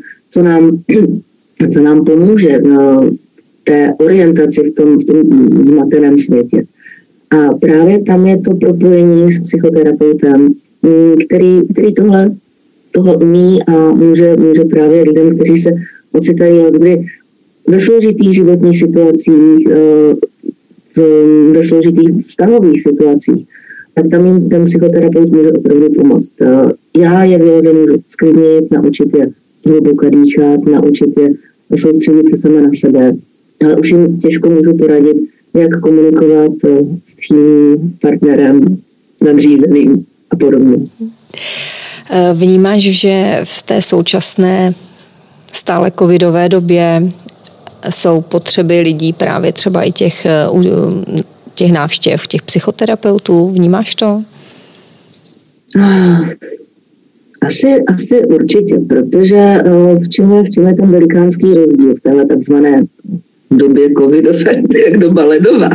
B: co nám pomůže té orientaci v tom zmateném světě. A právě tam je to propojení s psychoterapeutem, který tohle umí a může právě lidem, kteří se ocitají ve složitých životních situacích, ve složitých vztahových situacích, tak tam jim ten psychoterapeut může opravdu pomoct. Já je vyloženě můžu sklidnit, naučit je zhluboka dýchat, naučit je soustředit se sama na sebe, ale už jim těžko můžu poradit, jak komunikovat s tím partnerem, nadřízeným a podobně.
A: Vnímáš, že v té současné stále covidové době jsou potřeby lidí právě třeba i těch návštěv, těch psychoterapeutů? Vnímáš to?
B: Asi určitě, protože v čem je ten velikánský rozdíl v téhle takzvané době covidové, jak doba ledová.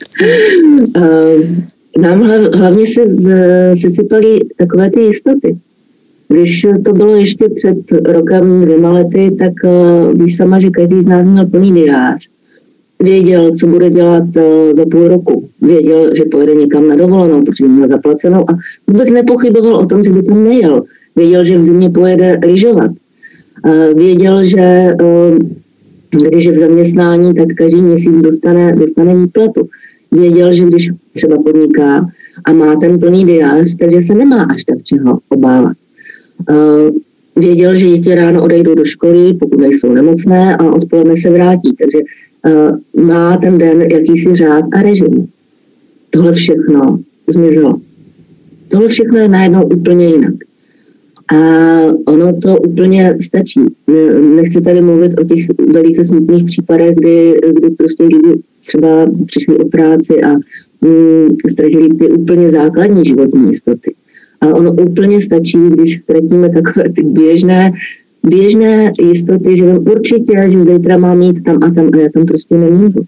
B: Nám hlavně se sesypaly takové ty jistoty. Když to bylo ještě před rokem, 2 lety, tak víš sama, že každý z nás měl plný diář. Věděl, co bude dělat za půl roku. Věděl, že pojede někam na dovolenou, protože měl zaplacenou a vůbec nepochyboval o tom, že by tam nejel. Věděl, že v zimě pojede lyžovat. Věděl, že když je v zaměstnání, tak každý měsíc dostane výplatu. Věděl, že když třeba podniká a má ten plný diář, takže se nemá až tak čeho obávat. Věděl, že děti ráno odejdou do školy, pokud nejsou nemocné, a odpoledne se vrátí. Takže má ten den jakýsi řád a režim. Tohle všechno zmizelo. Tohle všechno je najednou úplně jinak. A ono to úplně stačí. Nechci tady mluvit o těch velice smutných případech, kdy prostě lidi třeba přišli o práci a ztratili ty úplně základní životní jistoty. Ale ono úplně stačí, když ztratíme takové ty běžné jistoty, že vím určitě, že zítra mám jít tam a já tam prostě nemůžu.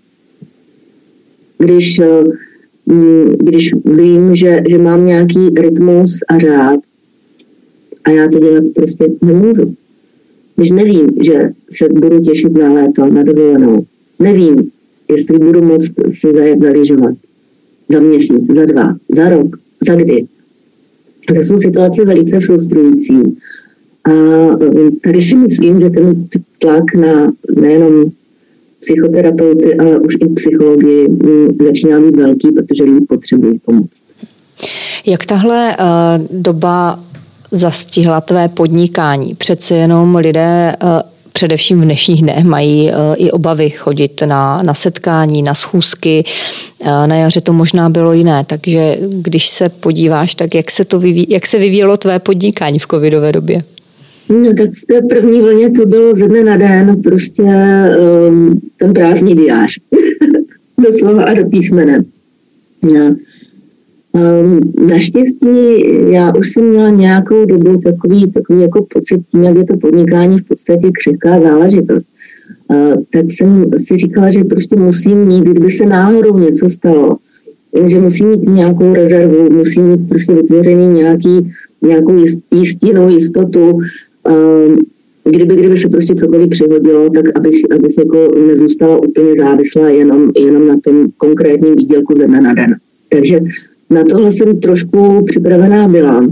B: Když vím, že mám nějaký rytmus a řád a já to dělat prostě nemůžu. Když nevím, že se budu těšit na léto, na dovolenou, nevím, jestli budu moct si zajet zalyžovat za měsíc, za 2, za rok, za kdy. To jsou situace velice frustrující. A tady si myslím, že ten tlak na nejenom psychoterapeuty, ale už i psychologii začíná být velký, protože lidi potřebují pomoc.
A: Jak tahle doba zastihla tvé podnikání? Přece jenom lidé především v dnešních dnech mají i obavy chodit na setkání, na schůzky. Na jaře to možná bylo jiné, takže když se podíváš, tak jak se vyvíjelo tvé podnikání v covidové době?
B: No tak v té první vlně to bylo ze dne na den prostě ten prázdný diář. Doslova a do písmene. No. Naštěstí já už jsem měla nějakou dobu takový jako pocit tím, jak je to podnikání v podstatě křehká záležitost. Tak jsem si říkala, že prostě musím mít, kdyby se náhodou něco stalo, že musím mít nějakou rezervu, musím mít prostě vytvořený nějakou jistotu, kdyby se prostě cokoliv přihodilo, tak abych jako nezůstala úplně závislá jenom na tom konkrétním výdělku ze dne na den. Takže na tohle jsem trošku připravená byla.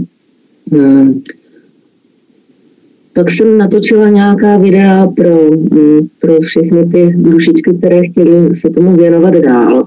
B: Pak jsem natočila nějaká videa pro všechny ty dušičky, které chtěly se tomu věnovat dál.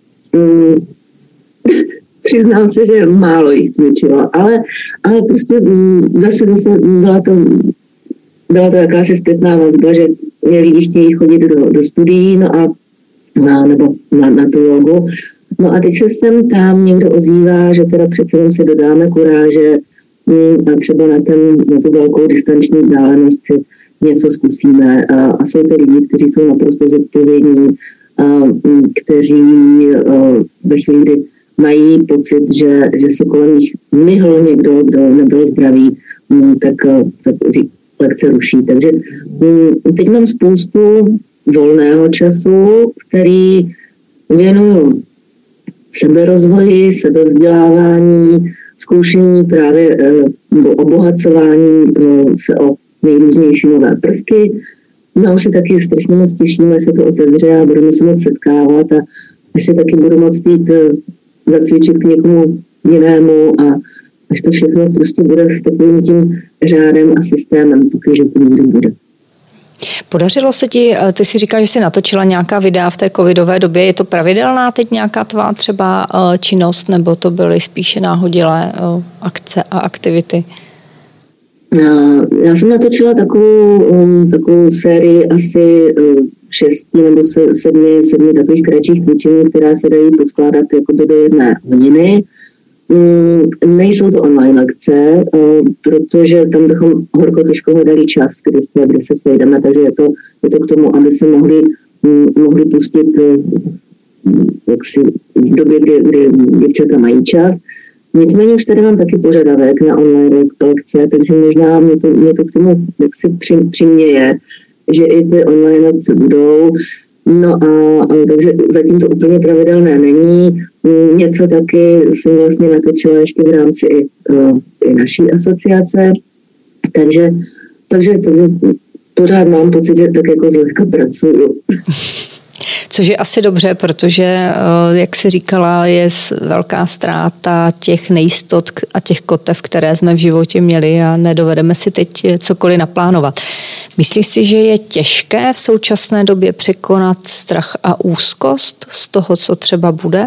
B: Přiznám se, že málo jich točilo, ale prostě zase byla to jakási zpětná vazba, že lidi chtějí chodit do studií, nebo na tu jogu. No a teď se sem tam někdo ozývá, že teda přece jenom si dodáme kuráže a třeba na tu velkou distanční vzdálenost si něco zkusíme. A jsou to lidi, kteří jsou naprosto zodpovědní, kteří ve chvíli, kdy mají pocit, že se kolem nich myhl někdo, kdo nebyl zdravý, tak lekce ruší. Takže teď mám spoustu volného času, který věnuju seberozvoji, sebevzdělávání, zkoušení právě nebo obohacování se o nejrůznější nové prvky. No už se taky strašně moc těšíme, až se to otevře a budeme se moc setkávat a až se taky budu moct jít zacvičit k někomu jinému a až to všechno prostě bude s takovým tím řádem a systémem, protože to někdy bude.
A: Podařilo se ti, ty si říkáš, že jsi natočila nějaká videa v té covidové době, je to pravidelná teď nějaká tvá třeba činnost, nebo to byly spíše náhodilé akce a aktivity?
B: Já jsem natočila takovou sérii asi 6 nebo 7 takových kratších cvičení, která se dají poskládat jako do 1 hodiny. Nejsou to online lekce, protože tam bychom horko těžko hledali čas, kdy se sejdeme, takže je to k tomu, aby se mohli pustit jaksi v době, kdy děvčata mají čas. Nicméně už tady mám taky požadavek na online lekce, takže možná mě to k tomu jaksi přiměje, že i ty online lekce budou. No a takže zatím to úplně pravidelné není. Něco taky jsem vlastně natočila ještě v rámci i naší asociace. Takže to pořád mám pocit, že tak jako zlehka pracuju.
A: Což je asi dobře, protože, jak jsi říkala, je velká ztráta těch nejistot a těch kotev, které jsme v životě měli a nedovedeme si teď cokoliv naplánovat. Myslíš si, že je těžké v současné době překonat strach a úzkost z toho, co třeba bude?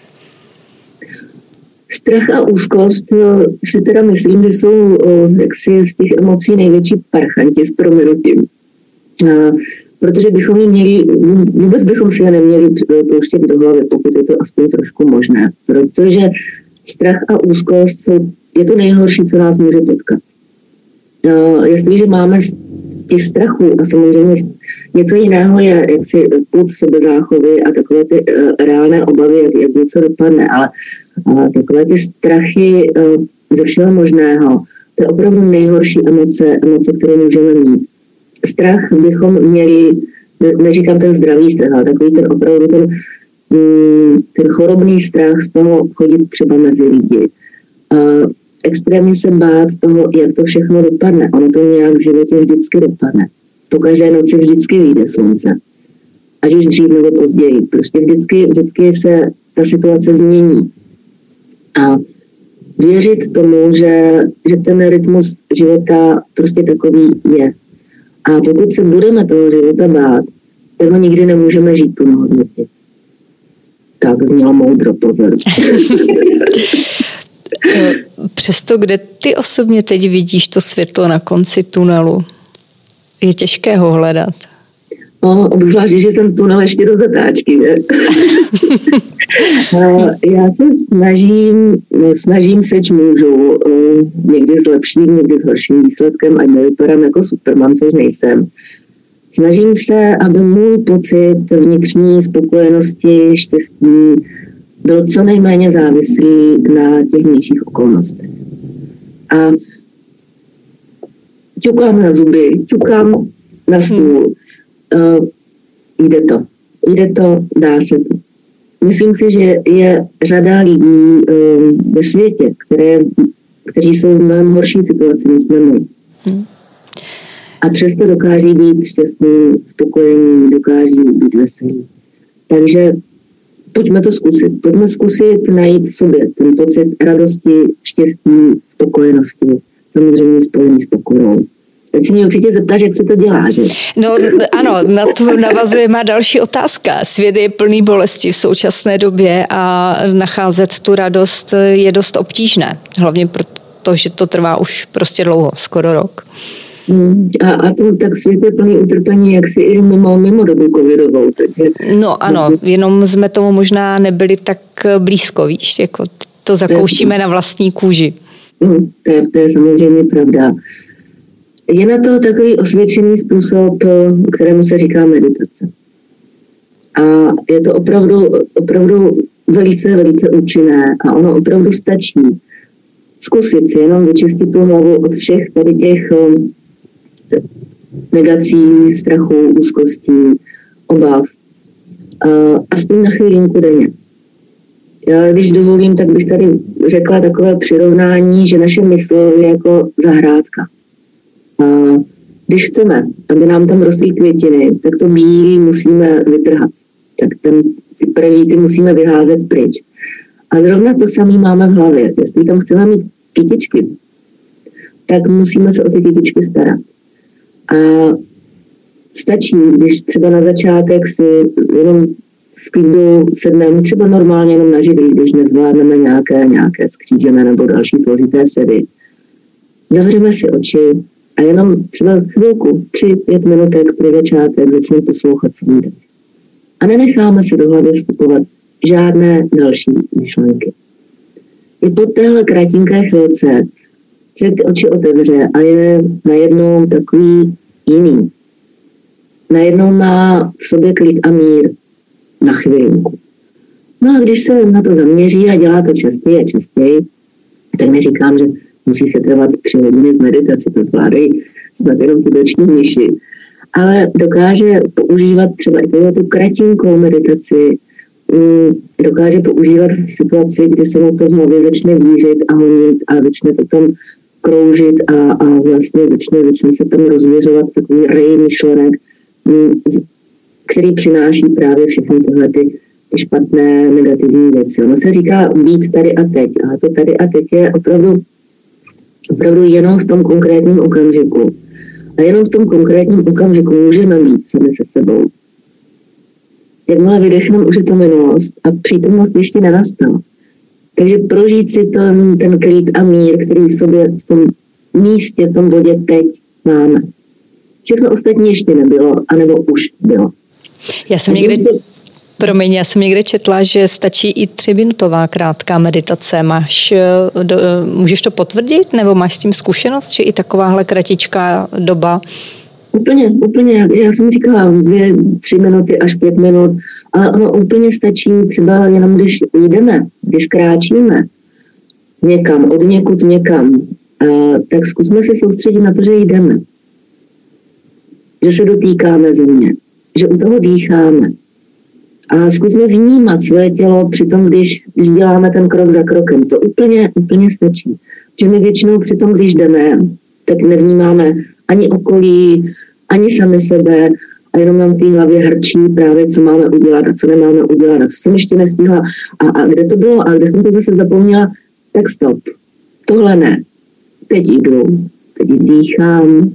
A: Strach a úzkost si teda myslím, že jsou jaksi z těch emocí největší parchanti s prominutím. Protože bychom vůbec bychom si je neměli pouštět do hlavy, pokud je to aspoň trošku možné. Protože strach a úzkost je to nejhorší, co nás může potkat. Jestliže máme těch strachů a samozřejmě něco jiného je jaksi pud sebezáchovy a takové ty reálné obavy, jak něco dopadne, ale takové ty strachy ze všeho možného, to je opravdu nejhorší emoce, které můžeme mít. Strach bychom měli, neříkám ten zdravý strach, ale takový ten opravdu ten chorobný strach z toho chodit třeba mezi lidi. Extrémně se bát toho, jak to všechno dopadne. Ono to nějak v životě vždycky dopadne. Po každé noci vždycky vyjde slunce. Ať už dřív nebo později. Prostě vždycky se ta situace změní. A věřit tomu, že ten rytmus života prostě takový je. A pokud se budeme toho života bát, tak ho nikdy nemůžeme žít plnohodnotně. Tak znělo moudro, pozor. Přesto, kde ty osobně teď vidíš to světlo na konci tunelu? Je těžké ho hledat.
B: No, obzvlášť, že ten tunel ještě do zatáčky, ne? Já se snažím seč můžu, někdy s lepším, někdy s horším výsledkem, ať nevypadám jako Superman, což nejsem. Snažím se, aby můj pocit vnitřní spokojenosti, štěstí byl co nejméně závislý na těch vnějších okolnostech. A ťukám na zuby, ťukám na stůl. Jde to, dá se to. Myslím si, že je řada lidí ve světě, kteří jsou v mnohem horší situaci, než jsme my. A přesto dokáží být šťastný, spokojený, dokáží být veselý. Takže pojďme to zkusit. Pojďme zkusit najít v sobě ten pocit radosti, štěstí, spokojenosti, samozřejmě spojený s pokorou. Tak si mě určitě zeptáš, jak se to dělá, že?
A: No ano, na to navazuje má další otázka. Svět je plný bolesti v současné době a nacházet tu radost je dost obtížné. Hlavně proto, že to trvá už prostě dlouho, skoro rok.
B: A to tak svět je plný utrpení, jak si i mimo dobu covidovou. Takže...
A: No ano, jenom jsme tomu možná nebyli tak blízko, víš, jako to zakoušíme na vlastní kůži.
B: To je samozřejmě pravda. Je na to takový osvědčený způsob, kterému se říká meditace. A je to opravdu velice, velice účinné a ono opravdu stačí zkusit si jenom vyčistit tu hlavu od všech tady těch negací, strachu, úzkostí, obav. Aspoň na chvilinku denně. Já, když dovolím, tak bych tady řekla takové přirovnání, že naše mysl je jako zahrádka. Když chceme, aby nám tam rostly květiny, tak to bílý musíme vytrhat. Tak ty první musíme vyházet pryč. A zrovna to samé máme v hlavě. Jestli tam chceme mít kytičky, tak musíme se o ty kytičky starat. A stačí, když třeba na začátek si jenom v klidu sedneme, třeba normálně jenom na živý, když nezvládneme nějaké skřížené nebo další složité sedy. Zavřeme si oči a jenom třeba chvilku, 3-5 minutek pro začátek začneme poslouchat svůj dech. A nenecháme si do hlavy vstupovat žádné další myšlenky. I po téhle kratinké chvilce člověk ty oči otevře a je najednou takový jiný. Najednou má v sobě klid a mír na chvilinku. No a když se na to zaměří a dělá to častěji a častěji, tak neříkám, že musí se trvat 3 hodiny v meditaci, to zvládají snad jenom tibeční mniši, ale dokáže používat třeba i tu kratinkou meditaci, dokáže používat v situaci, kdy se mu to v hlavě začne vířit a honit a začne to tam kroužit a vlastně začne se tam rozvěřovat takový rej myšlenek, který přináší právě všechny tyhle ty špatné, negativní věci. Ono se říká být tady a teď. A to tady a teď je opravdu jenom v tom konkrétním okamžiku. A jenom v tom konkrétním okamžiku můžeme být sami se sebou. Jakmile vydechneme, už je to minulost a přítomnost ještě nenastala. Takže prožít si ten klid a mír, který v sobě v tom místě, v tom bodě teď máme. Všechno ostatní ještě nebylo, anebo už bylo.
A: Já jsem někde četla, že stačí i 3minutová krátká meditace. Můžeš to potvrdit, nebo máš s tím zkušenost, že i takováhle kratičká doba?
B: Úplně. Já jsem říkala 2-3 minuty až 5 minut, ale ono úplně stačí třeba jenom, když jdeme, když kráčíme někam, od někud někam, tak zkusme se soustředit na to, že jdeme. Že se dotýkáme země, že u toho dýcháme. A zkusme vnímat své tělo při tom, když děláme ten krok za krokem. To úplně stačí. Že my většinou při tom, když jdeme, tak nevnímáme ani okolí, ani sami sebe a jenom nám v té hlavě hrčí právě, co máme udělat a co nemáme udělat a co jsem ještě nestihla a kde to bylo a kde jsem to zase zapomněla, tak stop. Tohle ne. Teď jdu, teď dýchám,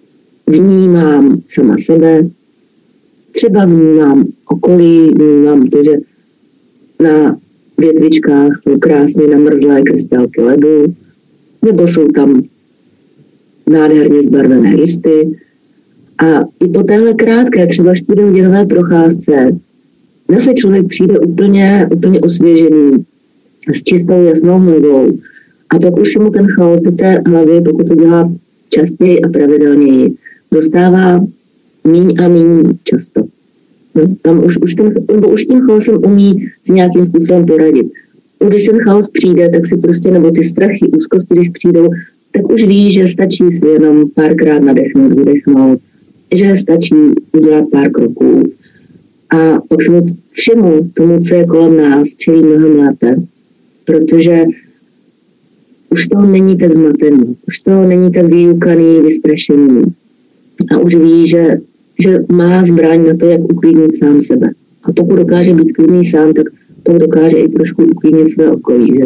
B: vnímám sama sebe, třeba vnímám okolí, vnímám to, že na větvičkách jsou krásně namrzlé krystálky ledu, nebo jsou tam nádherně zbarvené listy. A i po téhle krátké, třeba 4hodinové procházce, zase člověk přijde úplně osvěžený, s čistou, jasnou hlavou. A pak už se mu ten chaos do té hlavy, pokud to dělá častěji a pravidelněji, dostává míň a míň často. No, tam už s tím chaosem umí s nějakým způsobem poradit. Když ten chaos přijde, tak si prostě, nebo ty strachy, úzkosti, když přijdou, tak už ví, že stačí si jenom párkrát nadechnout, vydechnout, že stačí udělat pár kroků. A pak se mu všemu tomu, co je kolem nás, čelí mnohem lépe. Protože už toho není tak zmatený, už toho není tak vyjukaný, vystrašený. A už ví, že má zbraň na to, jak uklidnit sám sebe. A pokud dokáže být klidný sám, tak to dokáže i trošku uklidnit své okolí. Že?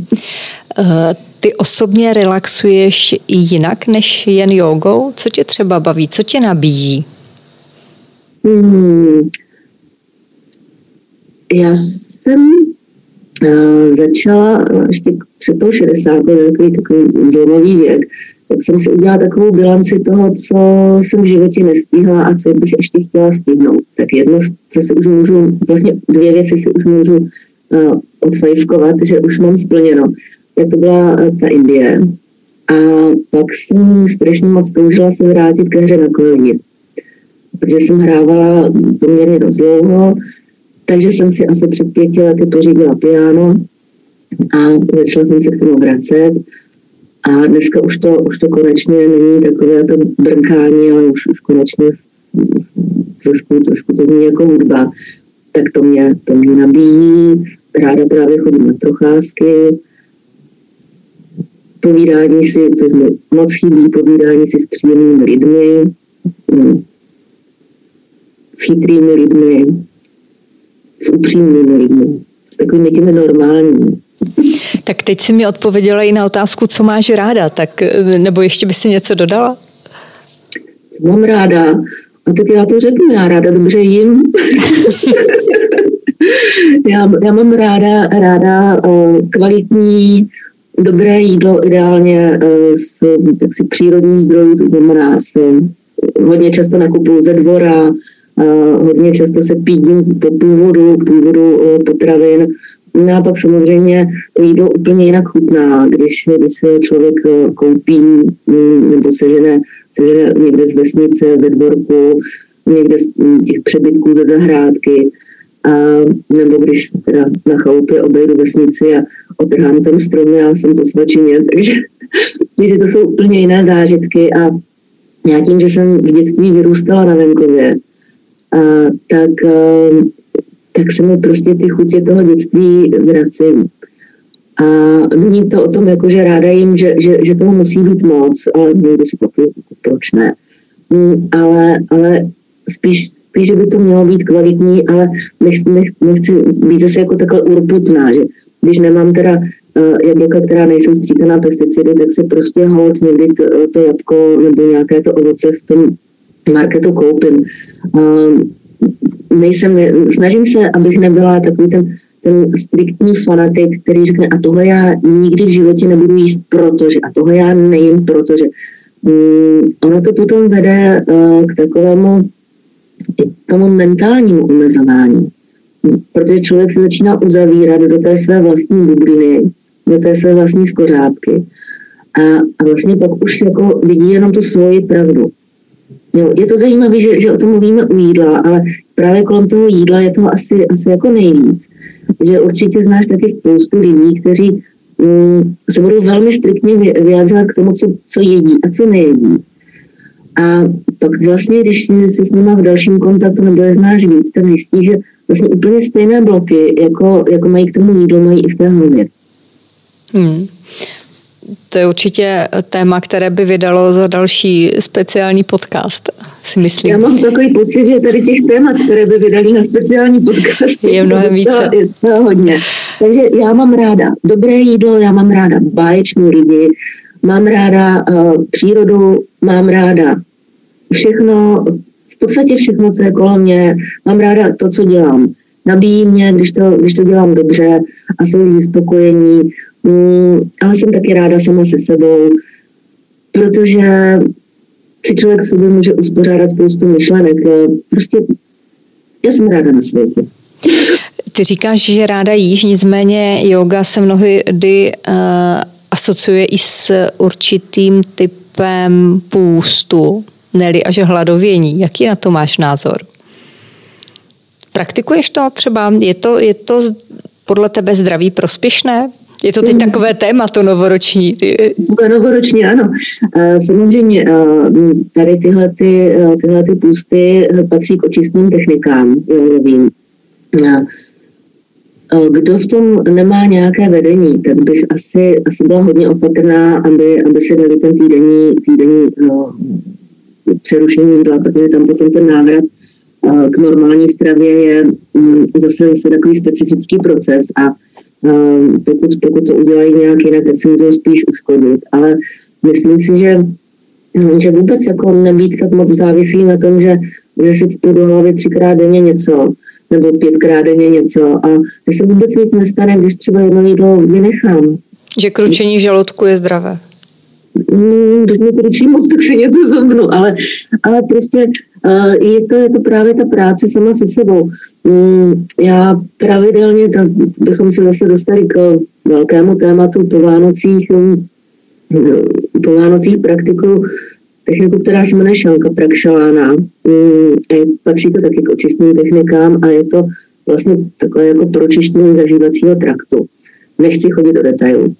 A: Ty osobně relaxuješ i jinak než jen jogou? Co tě třeba baví? Co tě nabíjí?
B: Já jsem začala ještě před tou 60, takový zlomový věk, tak jsem si udělala takovou bilanci toho, co jsem v životě nestihla a co bych ještě chtěla stihnout. Tak jedno, co si už můžu, vlastně 2 věci si už můžu odfajfkovat, že už mám splněno. Tak to byla ta Indie. A pak jsem strašně moc toužila se vrátit ke hře na klavír. Protože jsem hrávala poměrně dost dlouho, takže jsem si asi před 5 lety pořídila piano a začala jsem se k tomu vracet. A dneska už to konečně není takové to brnkání, ale už konečně trošku to zní jako hudba. Tak to mě nabíjí. Ráda právě chodím na procházky. Povídání si, což mi moc chybí, povídání si s příjemnými lidmi, s chytrými lidmi, s upřímnými lidmi, s takovými těmi normální.
A: Tak teď si mi odpověděla i na otázku, co máš ráda, tak nebo ještě by si něco dodala?
B: Co mám ráda? A tak já to řeknu, já ráda dobře jim. já mám ráda kvalitní, dobré jídlo, ideálně z přírodních zdrojů, to znamená, hodně často nakupuju ze dvora, hodně často se pídím po původu potravin. No a pak samozřejmě to jídlo úplně jinak chutná, když se člověk koupí nebo sežene někde z vesnice, ze dvorku, někde z těch přebytků ze zahrádky, nebo když teda na chalupě obejdu vesnici a otrhám tam stromy, já jsem po svačině, takže to jsou úplně jiné zážitky a já tím, že jsem v dětství vyrůstala na venkově, tak se mi prostě ty chutě toho dětství vrací. A není to o tom, jako, že ráda jim, že toho musí být moc, ale někdo si pak proč ne. Ale spíš, že by to mělo být kvalitní, ale nechci být zase jako takhle urputná, že když nemám teda jablka, která nejsou stříkaná pesticidy, tak se prostě holt někdy to jabko nebo nějaké to ovoce v tom marketu koupím. Snažím se, abych nebyla takový ten striktní fanatik, který řekne, a tohle já nikdy v životě nebudu jíst, protože, a tohle já nejím, protože. Ono to potom vede k tomu mentálnímu omezování. Protože člověk se začíná uzavírat do té své vlastní bubliny, do té své vlastní skořápky. A vlastně pak už jako vidí jenom tu svoji pravdu. Jo, je to zajímavé, že o tom mluvíme u jídla, ale právě kolem toho jídla je toho asi jako nejvíc. Že určitě znáš taky spoustu lidí, kteří se budou velmi striktně vyjádřovat k tomu, co jedí a co nejedí. A pak vlastně, když jsi s nimi v dalším kontaktu nebo je znáš víc, tak zjistí, že vlastně úplně stejné bloky, jako mají k tomu jídlo, mají i v té hlavě.
A: To je určitě téma, které by vydalo za další speciální podcast, si myslím.
B: Já mám takový pocit, že tady těch témat, které by vydali na speciální podcast,
A: je mnohem více.
B: Je to hodně. Takže já mám ráda dobré jídlo, já mám ráda báječné lidi, mám ráda přírodu, mám ráda všechno, v podstatě všechno, co je kolem mě, mám ráda to, co dělám. Nabíjí mě, když to dělám dobře a jsou lidi spokojení. Ale jsem taky ráda sama se sebou, protože si člověk v sobě může uspořádat spoustu myšlenek. Prostě já jsem ráda na světě.
A: Ty říkáš, že ráda jíš, nicméně yoga se mnohdy asociuje i s určitým typem půstu, ne-li až hladovění. Jaký na to máš názor? Praktikuješ to třeba? Je to podle tebe zdraví prospěšné? Je to teď takové téma, to novoroční?
B: Novoroční, ano. Samozřejmě tady tyhle půsty patří k očistným technikám. Kdo v tom nemá nějaké vedení, tak bych asi byla hodně opatrná, aby se dali ten týdenní přerušení jídla, protože tam potom ten návrat k normální stravě je zase takový specifický proces a pokud to udělají nějak jinak, tak se mi to spíš uškodit. Ale myslím si, že vůbec jako nebýt tak moc závislý na tom, že si tu do hlavy 3krát denně něco, nebo 5krát denně něco a že se vůbec nic nestane, když třeba jedno jídlo vynechám.
A: Že kručení v žaludku je zdravé.
B: Když mě kručí moc, tak si něco zobnu, ale prostě je to právě ta práce sama se sebou. Já pravidelně, bychom se zase dostali k velkému tématu po Vánocích praktiku techniku, která se jmenuje Šanka Prakšalána. Patří to taky k očistným technikám a je to vlastně takové jako pročištění zažívacího traktu. Nechci chodit do detailů.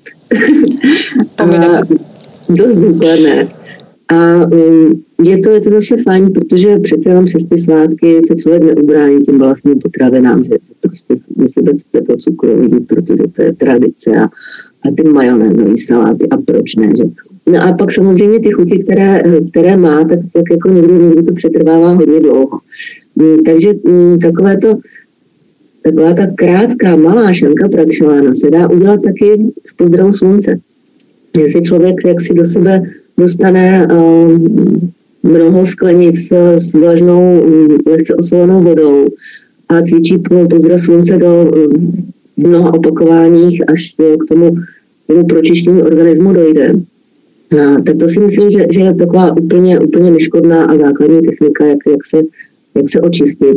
B: Dost důkladné. A je to zase fajn, protože přece jenom přes ty svátky se člověk neubrání tím vlastním potravinám, že prostě se sebe to cukroví, protože to je tradice a ty majonézový saláty a proč ne, že? No a pak samozřejmě ty chuti, které má, tak jako někdy to přetrvává hodně dlouho. Takže taková ta krátká, malá Šanka Prakšalána se dá udělat taky z pozdravu slunce. Jestli člověk jaksi do sebe dostane mnoho sklenic s vlažnou, lehce osvolenou vodou a cvičí pozdrav slunce do mnoha opakováních, až k tomu pročištění organismu dojde. Tak to si myslím, že je taková úplně neškodná a základní technika, jak se očistit.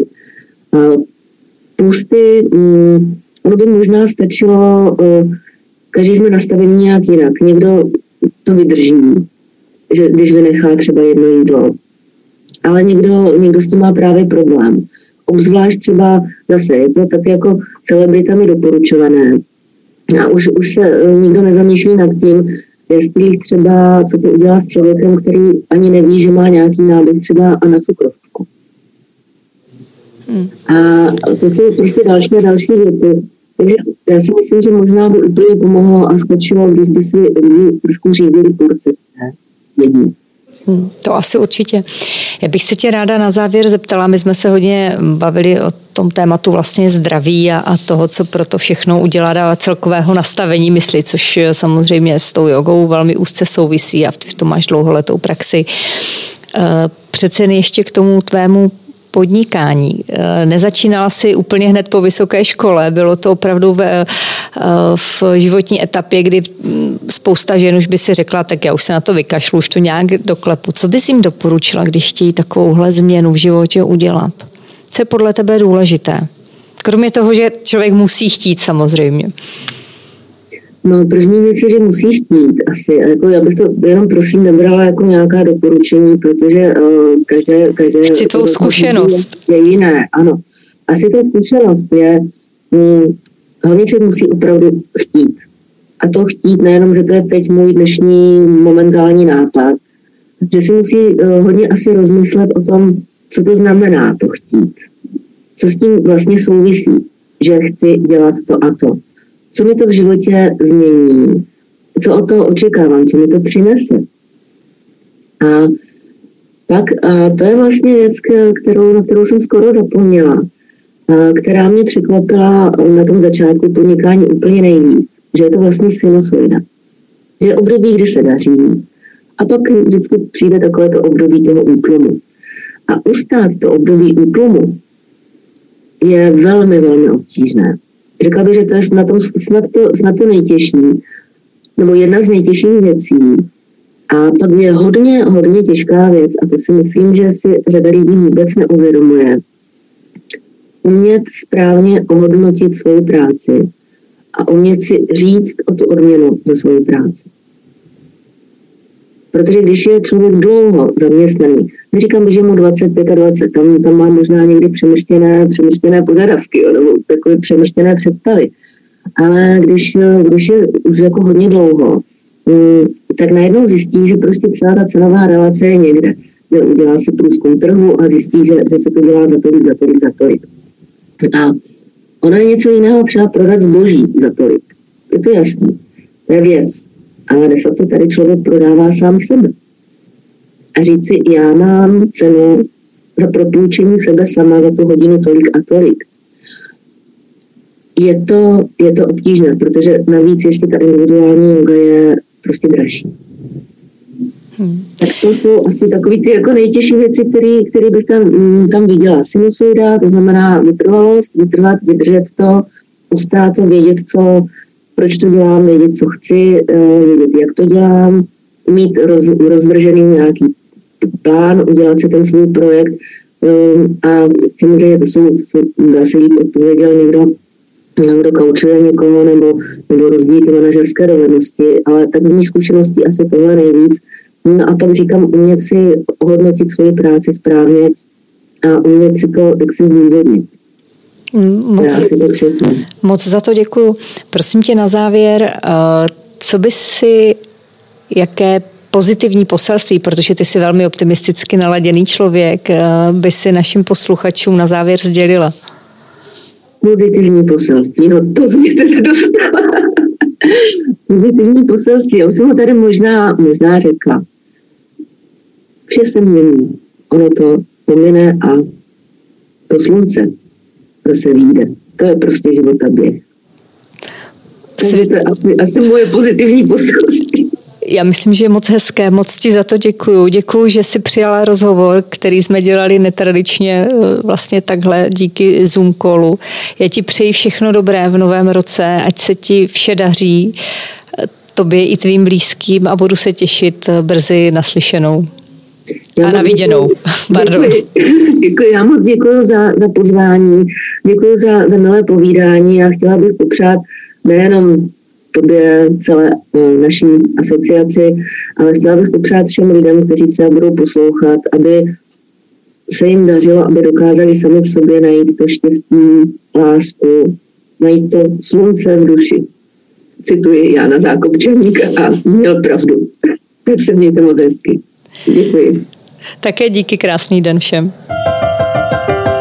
B: Půsty, ono by možná stačilo, každý jsme nastavení nějak jinak. Někdo to vydrží, že když vynechá třeba jedno jídlo, ale někdo s tím má právě problém. Obzvlášť třeba zase, je to tak jako celebritami doporučované. A už se nikdo nezamýšlí nad tím, jestli třeba, co to udělá s člověkem, který ani neví, že má nějaký náběh třeba a na cukrovku. A to jsou prostě další věci. Takže já si myslím, že možná by úplně pomohlo a stačilo, když by si trošku řídili porci. Jední.
A: To asi určitě. Já bych se tě ráda na závěr zeptala, my jsme se hodně bavili o tom tématu vlastně zdraví a toho, co pro to všechno udělat a celkového nastavení mysli, což samozřejmě s tou jogou velmi úzce souvisí a v tom máš dlouholetou praxi. Přece ještě k tomu tvému podnikání. Nezačínala si úplně hned po vysoké škole, bylo to opravdu v životní etapě, kdy spousta žen už by si řekla, tak já už se na to vykašlu, už to nějak doklepu. Co bys jim doporučila, když chtějí takovouhle změnu v životě udělat? Co je podle tebe důležité? Kromě toho, že člověk musí chtít samozřejmě.
B: No, první věc je, že musí chtít asi. Jako já bych to jenom prosím nebrala jako nějaká doporučení, protože každé
A: chci tvou zkušenost.
B: Je jiné, ano. Asi ta zkušenost je, hlavně člověk musí opravdu chtít. A to chtít nejenom, že to je teď můj dnešní momentální nápad, že si musí hodně asi rozmyslet o tom, co to znamená to chtít. Co s tím vlastně souvisí, že chci dělat to a to. Co mi to v životě změní, co od toho očekávám, co mi to přinese. A pak to je vlastně věc, na kterou jsem skoro zapomněla, která mě překvapila na tom začátku podnikání úplně nejvíc, že je to vlastně sinusoida. Že je období, kdy se daří a pak vždycky přijde takovéto období toho útlumu. A ustát to období útlumu je velmi, velmi obtížné. Řekla bych, že to je snad to nejtěžší, nebo jedna z nejtěžších věcí. A pak je hodně těžká věc, a to si myslím, že si řada lidí vůbec neuvědomuje. Umět správně ohodnotit svou práci a umět si říct o tu odměnu za svou práci. Protože když je člověk dlouho zaměstnaný, neříkám, že mu 25 a 20, tam má možná někdy přemrštěné požadavky, nebo takové přemrštěné představy. Ale když je už jako hodně dlouho, tak najednou zjistí, že prostě třeba ta cenová relace je někde. Že udělá se průzkum trhu a zjistí, že se to dělá za tolik. A ono je něco jiného třeba prodat zboží za tolik. Je to jasný. To je věc. Ale de facto tady člověk prodává sám sebe. A říct si, já mám cenu za propůjčení sebe sama za tu hodinu tolik a tolik. Je to obtížné, protože navíc ještě ta individuální yoga je prostě dražší. Tak to jsou asi takové ty jako nejtěžší věci, které bych tam viděla. Sinusoida, to znamená vytrvalost, vydržet to, ustát to, vědět, proč to dělám, vědět, co chci, vědět, jak to dělám, mít rozvržený nějaký plán, udělat si ten svůj projekt a samozřejmě to jsou dá se líp odpověděl někdo koučuje někoho nebo rozvíjí ty manažerské dovednosti, ale tak z mých zkušeností asi tohle nejvíc. No a pak říkám, umět si ohodnotit svoji práci správně a umět si to jaksi zdůvodnit.
A: Moc za to děkuju. Prosím tě na závěr, co by si, jaké pozitivní poselství, protože ty jsi velmi optimisticky naladěný člověk, by si našim posluchačům na závěr sdělila?
B: Pozitivní poselství, no to jste se dostala. Pozitivní poselství, já už jsem ho tady možná řekla. Vše se mění, ono to pomine a to slunce zase vyjde. To je prostě život a běh. To je asi moje pozitivní poselství.
A: Já myslím, že je moc hezké, moc ti za to děkuju. Děkuju, že jsi přijala rozhovor, který jsme dělali netradičně, vlastně takhle díky Zoom callu. Já ti přeji všechno dobré v novém roce, ať se ti vše daří, tobě i tvým blízkým a budu se těšit brzy naslyšenou. A na viděnou. Pardon.
B: Děkuji. Já moc děkuji za pozvání, děkuji za milé povídání a chtěla bych popřát nejenom tobě, celé naší asociaci, ale chtěla bych popřát všem lidem, kteří třeba budou poslouchat, aby se jim dařilo, aby dokázali sami v sobě najít to štěstí, lásku, najít to slunce v duši. Cituji Jana Zákopčaníka a měl pravdu. Tak se mějte moc hezky. Děkuji.
A: Také díky, krásný den všem.